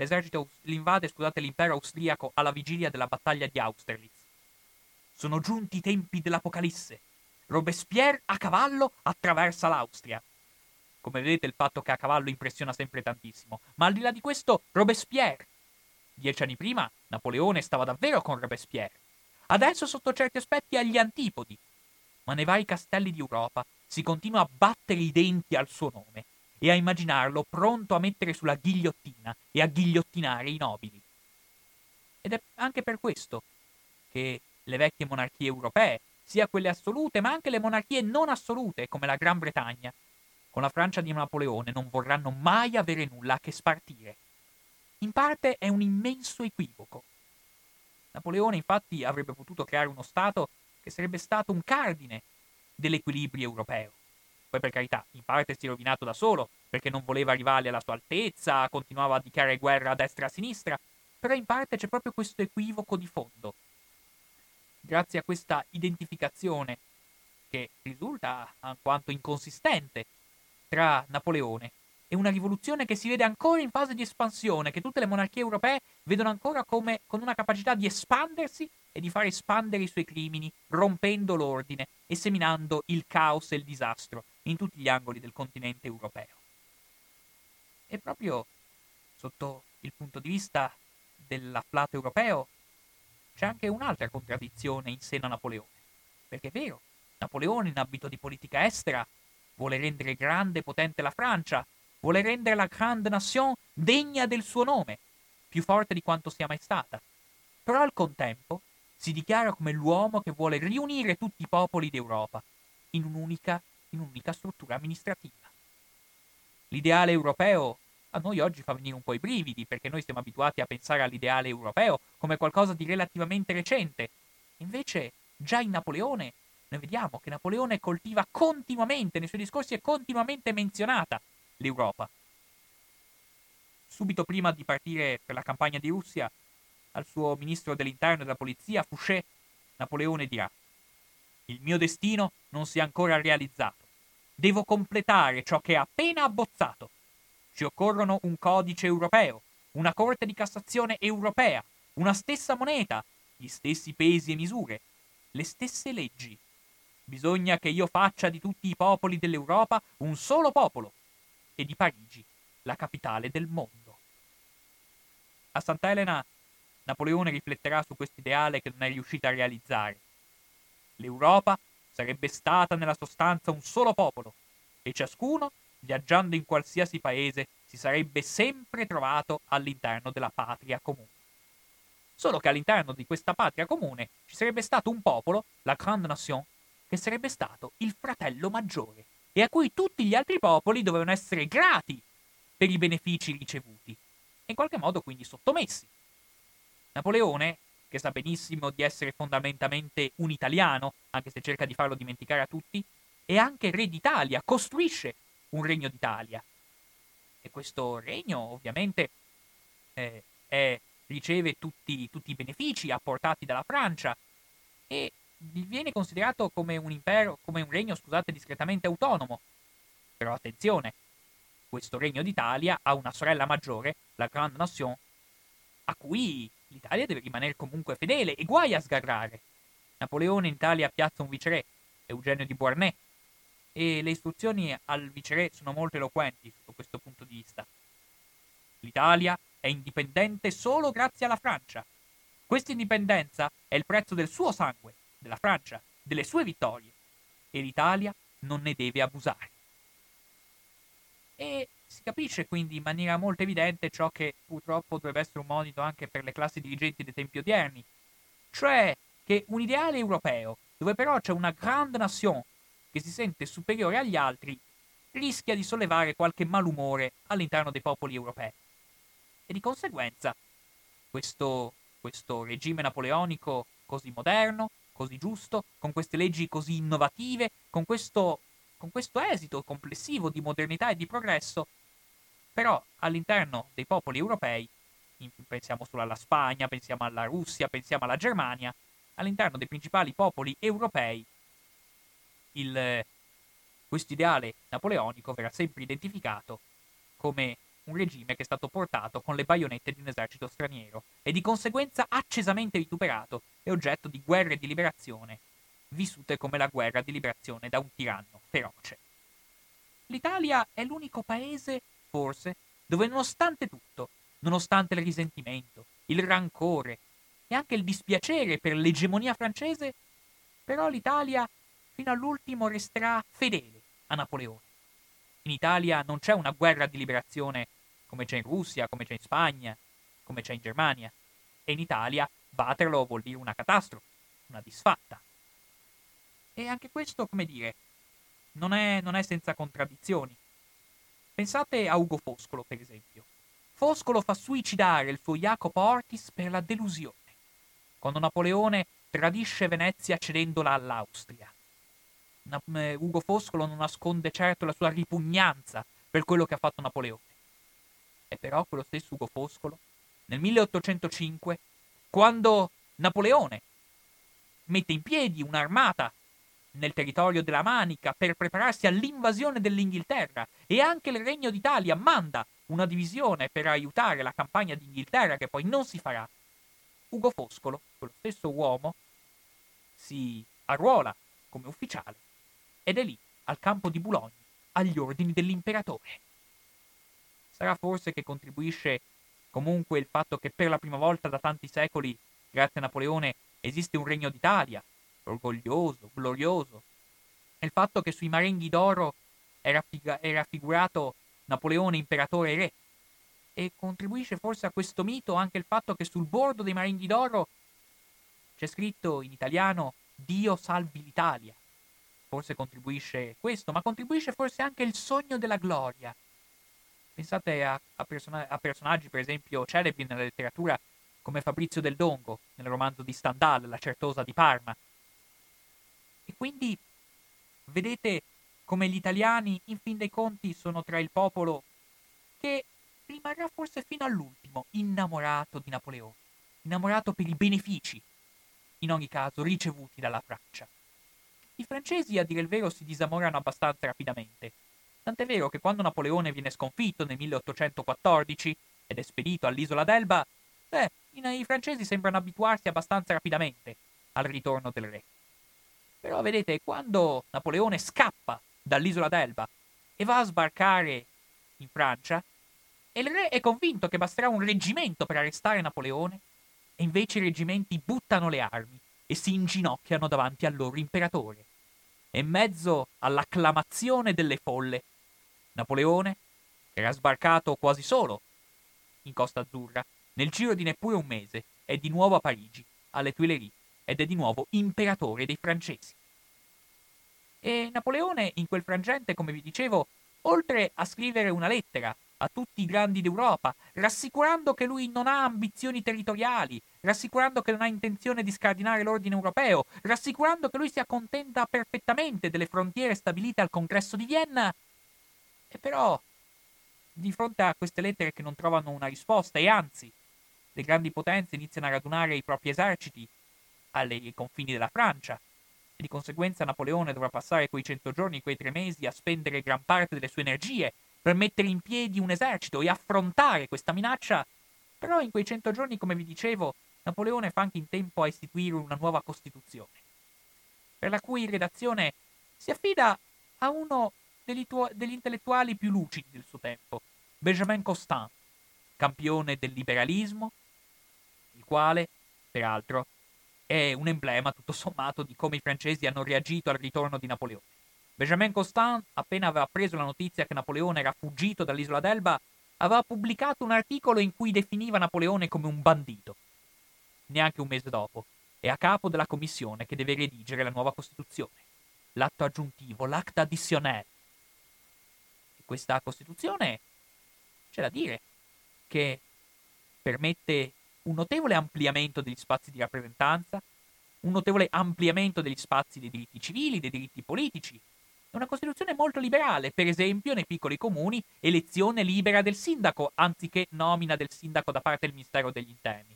l'impero austriaco alla vigilia della battaglia di Austerlitz. Sono giunti i tempi dell'Apocalisse. Robespierre a cavallo attraversa l'Austria. Come vedete, il fatto che a cavallo impressiona sempre tantissimo. Ma al di là di questo, Robespierre. 10 anni prima, Napoleone stava davvero con Robespierre. Adesso, sotto certi aspetti, è agli antipodi. Ma nei vari castelli di Europa si continua a battere i denti al suo nome e a immaginarlo pronto a mettere sulla ghigliottina e a ghigliottinare i nobili. Ed è anche per questo che le vecchie monarchie europee, sia quelle assolute ma anche le monarchie non assolute come la Gran Bretagna, con la Francia di Napoleone non vorranno mai avere nulla a che spartire. In parte è un immenso equivoco. Napoleone infatti avrebbe potuto creare uno Stato che sarebbe stato un cardine dell'equilibrio europeo. Poi per carità, in parte si è rovinato da solo, perché non voleva rivali alla sua altezza, continuava a dichiarare guerra a destra e a sinistra, però in parte c'è proprio questo equivoco di fondo. Grazie a questa identificazione, che risulta alquanto inconsistente, tra Napoleone e una rivoluzione che si vede ancora in fase di espansione, che tutte le monarchie europee vedono ancora come con una capacità di espandersi e di far espandere i suoi crimini, rompendo l'ordine e seminando il caos e il disastro in tutti gli angoli del continente europeo. E proprio sotto il punto di vista dell'afflato europeo c'è anche un'altra contraddizione in seno a Napoleone. Perché è vero, Napoleone in abito di politica estera vuole rendere grande e potente la Francia, vuole rendere la Grande Nation degna del suo nome, più forte di quanto sia mai stata. Però al contempo si dichiara come l'uomo che vuole riunire tutti i popoli d'Europa in un'unica struttura amministrativa. L'ideale europeo a noi oggi fa venire un po' i brividi, perché noi siamo abituati a pensare all'ideale europeo come qualcosa di relativamente recente. Invece, già in Napoleone, noi vediamo che Napoleone coltiva continuamente, nei suoi discorsi è continuamente menzionata l'Europa. Subito prima di partire per la campagna di Russia, al suo ministro dell'interno e della polizia, Fouché, Napoleone dirà: «Il mio destino non si è ancora realizzato. Devo completare ciò che è appena abbozzato. Ci occorrono un codice europeo, una corte di Cassazione europea, una stessa moneta, gli stessi pesi e misure, le stesse leggi. Bisogna che io faccia di tutti i popoli dell'Europa un solo popolo e di Parigi la capitale del mondo». A Sant'Elena Napoleone rifletterà su questo ideale che non è riuscita a realizzare. L'Europa sarebbe stata nella sostanza un solo popolo e ciascuno, viaggiando in qualsiasi paese, si sarebbe sempre trovato all'interno della patria comune. Solo che all'interno di questa patria comune ci sarebbe stato un popolo, la Grande Nation, che sarebbe stato il fratello maggiore e a cui tutti gli altri popoli dovevano essere grati per i benefici ricevuti e in qualche modo quindi sottomessi. Napoleone, che sa benissimo di essere fondamentalmente un italiano, anche se cerca di farlo dimenticare a tutti, è anche re d'Italia, costruisce un regno d'Italia. E questo regno ovviamente riceve tutti i benefici apportati dalla Francia e viene considerato come un impero, come un regno, scusate, discretamente autonomo. Però attenzione, questo regno d'Italia ha una sorella maggiore, la Grande Nation, a cui l'Italia deve rimanere comunque fedele e guai a sgarrare. Napoleone in Italia piazza un viceré, Eugenio di Beauharnais, e le istruzioni al viceré sono molto eloquenti sotto questo punto di vista. L'Italia è indipendente solo grazie alla Francia. Questa indipendenza è il prezzo del suo sangue, della Francia, delle sue vittorie, e l'Italia non ne deve abusare. E si capisce quindi in maniera molto evidente ciò che purtroppo dovrebbe essere un monito anche per le classi dirigenti dei tempi odierni, cioè che un ideale europeo, dove però c'è una grande nation che si sente superiore agli altri, rischia di sollevare qualche malumore all'interno dei popoli europei. E di conseguenza questo regime napoleonico così moderno, così giusto, con queste leggi così innovative, con questo esito complessivo di modernità e di progresso, però all'interno dei popoli europei, pensiamo solo alla Spagna, pensiamo alla Russia, pensiamo alla Germania, all'interno dei principali popoli europei questo ideale napoleonico verrà sempre identificato come un regime che è stato portato con le baionette di un esercito straniero e di conseguenza accesamente vituperato e oggetto di guerre di liberazione, vissute come la guerra di liberazione da un tiranno feroce. l'Italia è l'unico paese, forse, dove nonostante tutto, nonostante il risentimento, il rancore e anche il dispiacere per l'egemonia francese, però l'Italia fino all'ultimo resterà fedele a Napoleone. In Italia non c'è una guerra di liberazione come c'è in Russia, come c'è in Spagna, come c'è in Germania. E in Italia Waterloo vuol dire una catastrofe, una disfatta. E anche questo, come dire, non è senza contraddizioni. Pensate a Ugo Foscolo, per esempio. Foscolo fa suicidare il suo Jacopo Ortis per la delusione, quando Napoleone tradisce Venezia cedendola all'Austria. Ugo Foscolo non nasconde certo la sua ripugnanza per quello che ha fatto Napoleone. E però quello stesso Ugo Foscolo, nel 1805, quando Napoleone mette in piedi un'armata nel territorio della Manica per prepararsi all'invasione dell'Inghilterra e anche il Regno d'Italia manda una divisione per aiutare la campagna d'Inghilterra che poi non si farà, Ugo Foscolo, quello stesso uomo, si arruola come ufficiale ed è lì, al campo di Boulogne, agli ordini dell'imperatore. Sarà forse che contribuisce comunque il fatto che per la prima volta da tanti secoli, grazie a Napoleone, esiste un regno d'Italia, orgoglioso, glorioso, e il fatto che sui marenghi d'oro era raffigurato Napoleone imperatore e re, e contribuisce forse a questo mito anche il fatto che sul bordo dei marenghi d'oro c'è scritto in italiano Dio salvi l'Italia. Forse contribuisce questo, ma contribuisce forse anche il sogno della gloria. Pensate a personaggi, per esempio, celebri nella letteratura come Fabrizio del Dongo, nel romanzo di Stendhal, La Certosa di Parma. E quindi vedete come gli italiani, in fin dei conti, sono tra il popolo che rimarrà forse fino all'ultimo innamorato di Napoleone, innamorato per i benefici, in ogni caso, ricevuti dalla Francia. I francesi, a dire il vero, si disamorano abbastanza rapidamente. Tant'è vero che quando Napoleone viene sconfitto nel 1814 ed è spedito all'isola d'Elba, i francesi sembrano abituarsi abbastanza rapidamente al ritorno del re. Però vedete, quando Napoleone scappa dall'isola d'Elba e va a sbarcare in Francia, e il re è convinto che basterà un reggimento per arrestare Napoleone, e invece i reggimenti buttano le armi e si inginocchiano davanti al loro imperatore. E in mezzo all'acclamazione delle folle, Napoleone, che era sbarcato quasi solo in Costa Azzurra, nel giro di neppure un mese, è di nuovo a Parigi, alle Tuileries, ed è di nuovo imperatore dei francesi. E Napoleone, in quel frangente, come vi dicevo, oltre a scrivere una lettera a tutti i grandi d'Europa, rassicurando che lui non ha ambizioni territoriali, rassicurando che non ha intenzione di scardinare l'ordine europeo, rassicurando che lui si accontenta perfettamente delle frontiere stabilite al Congresso di Vienna, e però, di fronte a queste lettere che non trovano una risposta, e anzi, le grandi potenze iniziano a radunare i propri eserciti ai confini della Francia, e di conseguenza Napoleone dovrà passare quei 100 giorni, quei 3 mesi, a spendere gran parte delle sue energie per mettere in piedi un esercito e affrontare questa minaccia. Però in quei 100 giorni, come vi dicevo, Napoleone fa anche in tempo a istituire una nuova Costituzione, per la cui redazione si affida a uno degli intellettuali più lucidi del suo tempo, Benjamin Constant, campione del liberalismo, il quale, peraltro, è un emblema tutto sommato di come i francesi hanno reagito al ritorno di Napoleone. Benjamin Constant, appena aveva preso la notizia che Napoleone era fuggito dall'isola d'Elba, aveva pubblicato un articolo in cui definiva Napoleone come un bandito. Neanche un mese dopo è a capo della commissione che deve redigere la nuova Costituzione, l'atto aggiuntivo, l'acte additionnel. E questa Costituzione, c'è da dire, che permette un notevole ampliamento degli spazi di rappresentanza, un notevole ampliamento degli spazi dei diritti civili, dei diritti politici. È una Costituzione molto liberale, per esempio nei piccoli comuni, elezione libera del sindaco, anziché nomina del sindaco da parte del Ministero degli Interni.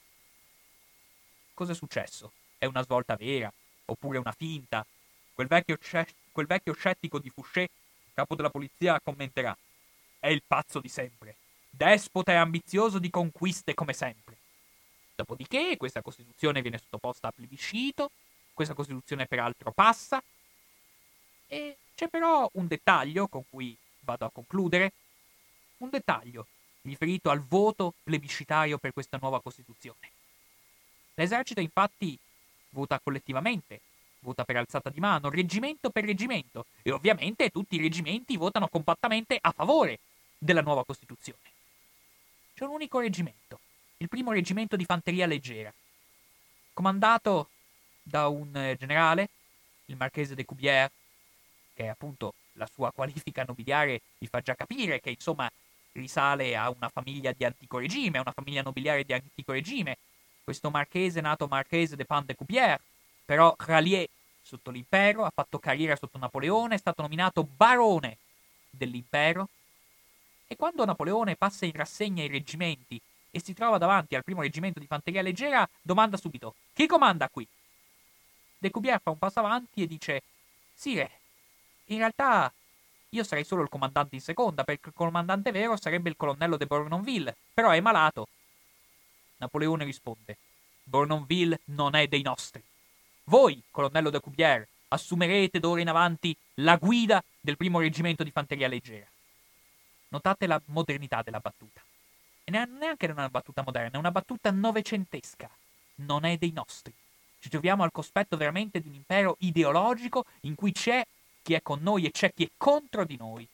Cosa è successo? È una svolta vera? Oppure una finta? Quel vecchio scettico di Fouché, capo della polizia, commenterà: è il pazzo di sempre. Despota e ambizioso di conquiste come sempre. Dopodiché questa Costituzione viene sottoposta a plebiscito, questa Costituzione peraltro passa, e C'è però un dettaglio con cui vado a concludere, un dettaglio riferito al voto plebiscitario per questa nuova Costituzione. L'esercito infatti vota collettivamente, vota per alzata di mano, reggimento per reggimento, e ovviamente tutti i reggimenti votano compattamente a favore della nuova Costituzione. C'è un unico reggimento, il primo reggimento di fanteria leggera, comandato da un generale, il marchese de Cubières, che appunto la sua qualifica nobiliare vi fa già capire che insomma risale a una famiglia di antico regime, a una famiglia nobiliare di antico regime. Questo marchese, nato marchese de Pan de Cubières, però rallié sotto l'impero, ha fatto carriera sotto Napoleone, è stato nominato barone dell'impero, e quando Napoleone passa in rassegna i reggimenti e si trova davanti al primo reggimento di fanteria leggera, domanda subito: chi comanda qui? De Cubières fa un passo avanti e dice: Sire, in realtà io sarei solo il comandante in seconda, perché il comandante vero sarebbe il colonnello de Bournonville, però è malato. Napoleone risponde: Bournonville non è dei nostri. Voi, colonnello de Cubières, assumerete d'ora in avanti la guida del primo reggimento di fanteria leggera. Notate la modernità della battuta. E neanche una battuta moderna, è una battuta novecentesca. Non è dei nostri. Ci troviamo al cospetto veramente di un impero ideologico in cui c'è chi è con noi e c'è chi è contro di noi.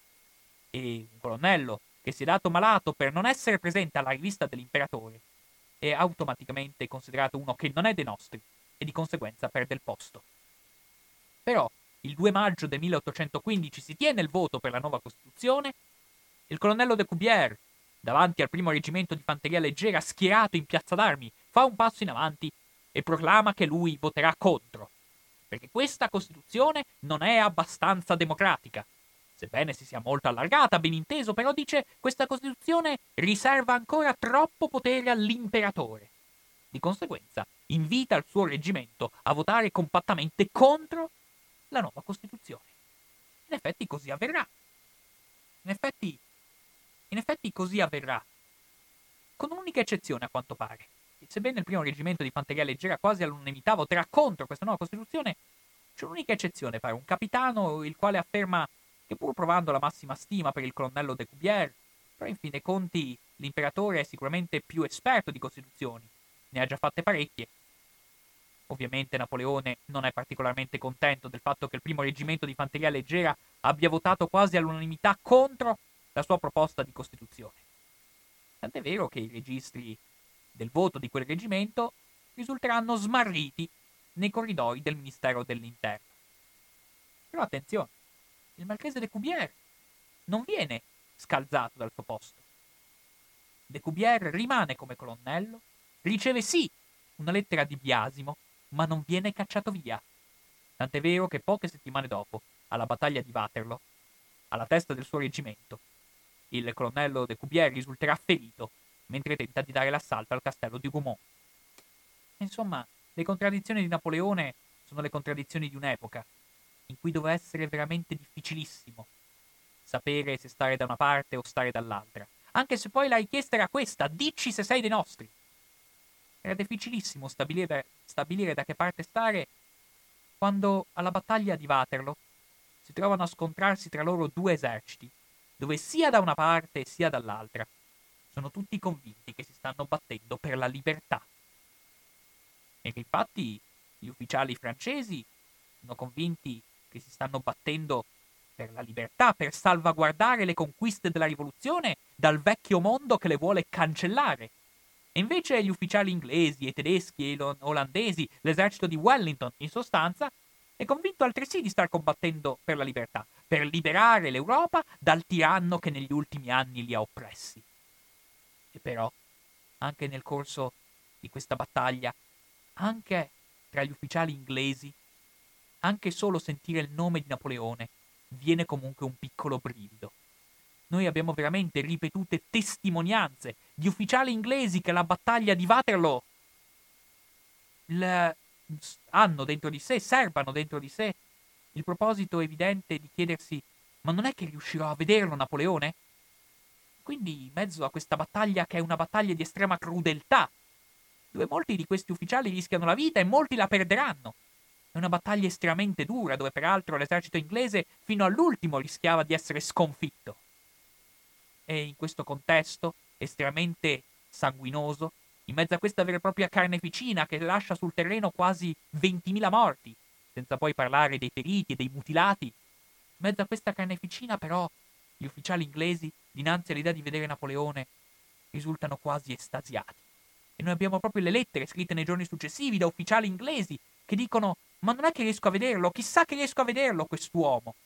E un colonnello che si è dato malato per non essere presente alla rivista dell'imperatore è automaticamente considerato uno che non è dei nostri e di conseguenza perde il posto. Però il 2 maggio del 1815 si tiene il voto per la nuova Costituzione e il colonnello de Cubières, davanti al primo reggimento di fanteria leggera schierato in piazza d'armi, fa un passo in avanti e proclama che lui voterà contro, perché questa Costituzione non è abbastanza democratica. Sebbene si sia molto allargata, ben inteso, però dice questa Costituzione riserva ancora troppo potere all'imperatore. Di conseguenza, invita il suo reggimento a votare compattamente contro la nuova Costituzione. In effetti così avverrà. In effetti così avverrà. Con un'unica eccezione, a quanto pare. Sebbene il primo reggimento di fanteria leggera quasi all'unanimità voterà contro questa nuova Costituzione, c'è un'unica eccezione, pare, un capitano il quale afferma che pur provando la massima stima per il colonnello de Cubières, però in fin dei conti l'imperatore è sicuramente più esperto di costituzioni, ne ha già fatte parecchie. Ovviamente Napoleone non è particolarmente contento del fatto che il primo reggimento di fanteria leggera abbia votato quasi all'unanimità contro la sua proposta di Costituzione. Tant'è vero che i registri del voto di quel reggimento risulteranno smarriti nei corridoi del Ministero dell'Interno. Però attenzione, il marchese de Cubières non viene scalzato dal suo posto. De Cubières rimane come colonnello, riceve sì una lettera di biasimo, ma non viene cacciato via. Tant'è vero che poche settimane dopo, alla battaglia di Waterloo, alla testa del suo reggimento, il colonnello de Cubières risulterà ferito mentre tenta di dare l'assalto al castello di Roumont. Insomma, le contraddizioni di Napoleone sono le contraddizioni di un'epoca in cui doveva essere veramente difficilissimo sapere se stare da una parte o stare dall'altra. Anche se poi la richiesta era questa: dici se sei dei nostri. Era difficilissimo stabilire da che parte stare quando alla battaglia di Waterloo si trovano a scontrarsi tra loro due eserciti, dove sia da una parte sia dall'altra sono tutti convinti che si stanno battendo per la libertà. E che infatti gli ufficiali francesi sono convinti che si stanno battendo per la libertà, per salvaguardare le conquiste della rivoluzione dal vecchio mondo che le vuole cancellare. E invece gli ufficiali inglesi, e tedeschi e olandesi, l'esercito di Wellington, in sostanza, è convinto altresì di star combattendo per la libertà, per liberare l'Europa dal tiranno che negli ultimi anni li ha oppressi. E però, anche nel corso di questa battaglia, anche tra gli ufficiali inglesi, anche solo sentire il nome di Napoleone viene comunque un piccolo brivido. Noi abbiamo veramente ripetute testimonianze di ufficiali inglesi che la battaglia di Waterloo hanno dentro di sé, serbano dentro di sé il proposito evidente di chiedersi: ma non è che riuscirò a vederlo Napoleone? Quindi, in mezzo a questa battaglia che è una battaglia di estrema crudeltà, dove molti di questi ufficiali rischiano la vita e molti la perderanno, È una battaglia estremamente dura, dove peraltro l'esercito inglese fino all'ultimo rischiava di essere sconfitto. E in questo contesto estremamente sanguinoso, in mezzo a questa vera e propria carneficina che lascia sul terreno quasi 20.000 morti, senza poi parlare dei feriti e dei mutilati, in mezzo a questa carneficina però gli ufficiali inglesi, dinanzi all'idea di vedere Napoleone, risultano quasi estasiati. E noi abbiamo proprio le lettere scritte nei giorni successivi da ufficiali inglesi che dicono: ma non è che riesco a vederlo, chissà che riesco a vederlo quest'uomo.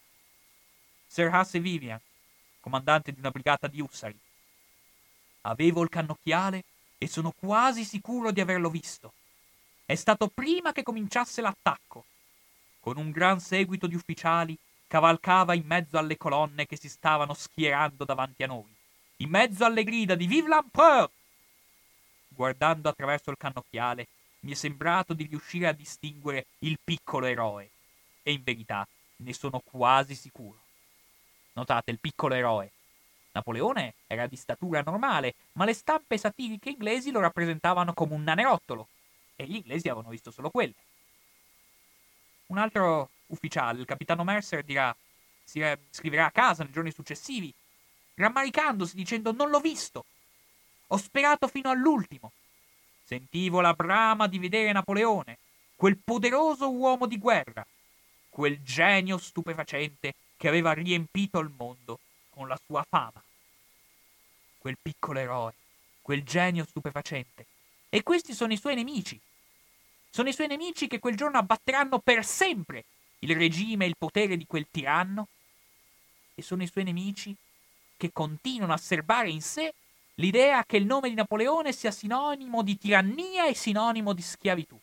Sir Hussey Vivian, comandante di una brigata di ussari: avevo il cannocchiale e sono quasi sicuro di averlo visto. È stato prima che cominciasse l'attacco. Con un gran seguito di ufficiali cavalcava in mezzo alle colonne che si stavano schierando davanti a noi, in mezzo alle grida di Vive l'Empereur! Guardando attraverso il cannocchiale, mi è sembrato di riuscire a distinguere il piccolo eroe. E in verità ne sono quasi sicuro. Notate, il piccolo eroe. Napoleone era di statura normale, ma le stampe satiriche inglesi lo rappresentavano come un nanerottolo, e gli inglesi avevano visto solo quelle. Un altro ufficiale, il capitano Mercer, scriverà a casa nei giorni successivi, rammaricandosi dicendo: non l'ho visto. Ho sperato fino all'ultimo. Sentivo la brama di vedere Napoleone, quel poderoso uomo di guerra, quel genio stupefacente che aveva riempito il mondo con la sua fama. Quel piccolo eroe, quel genio stupefacente. E questi sono i suoi nemici. Sono i suoi nemici che quel giorno abbatteranno per sempre il regime e il potere di quel tiranno. E sono i suoi nemici che continuano a serbare in sé l'idea che il nome di Napoleone sia sinonimo di tirannia e sinonimo di schiavitù.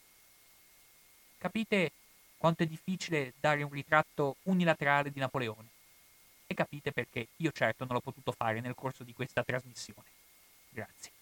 Capite quanto è difficile dare un ritratto unilaterale di Napoleone? E capite perché io certo non l'ho potuto fare nel corso di questa trasmissione. Grazie.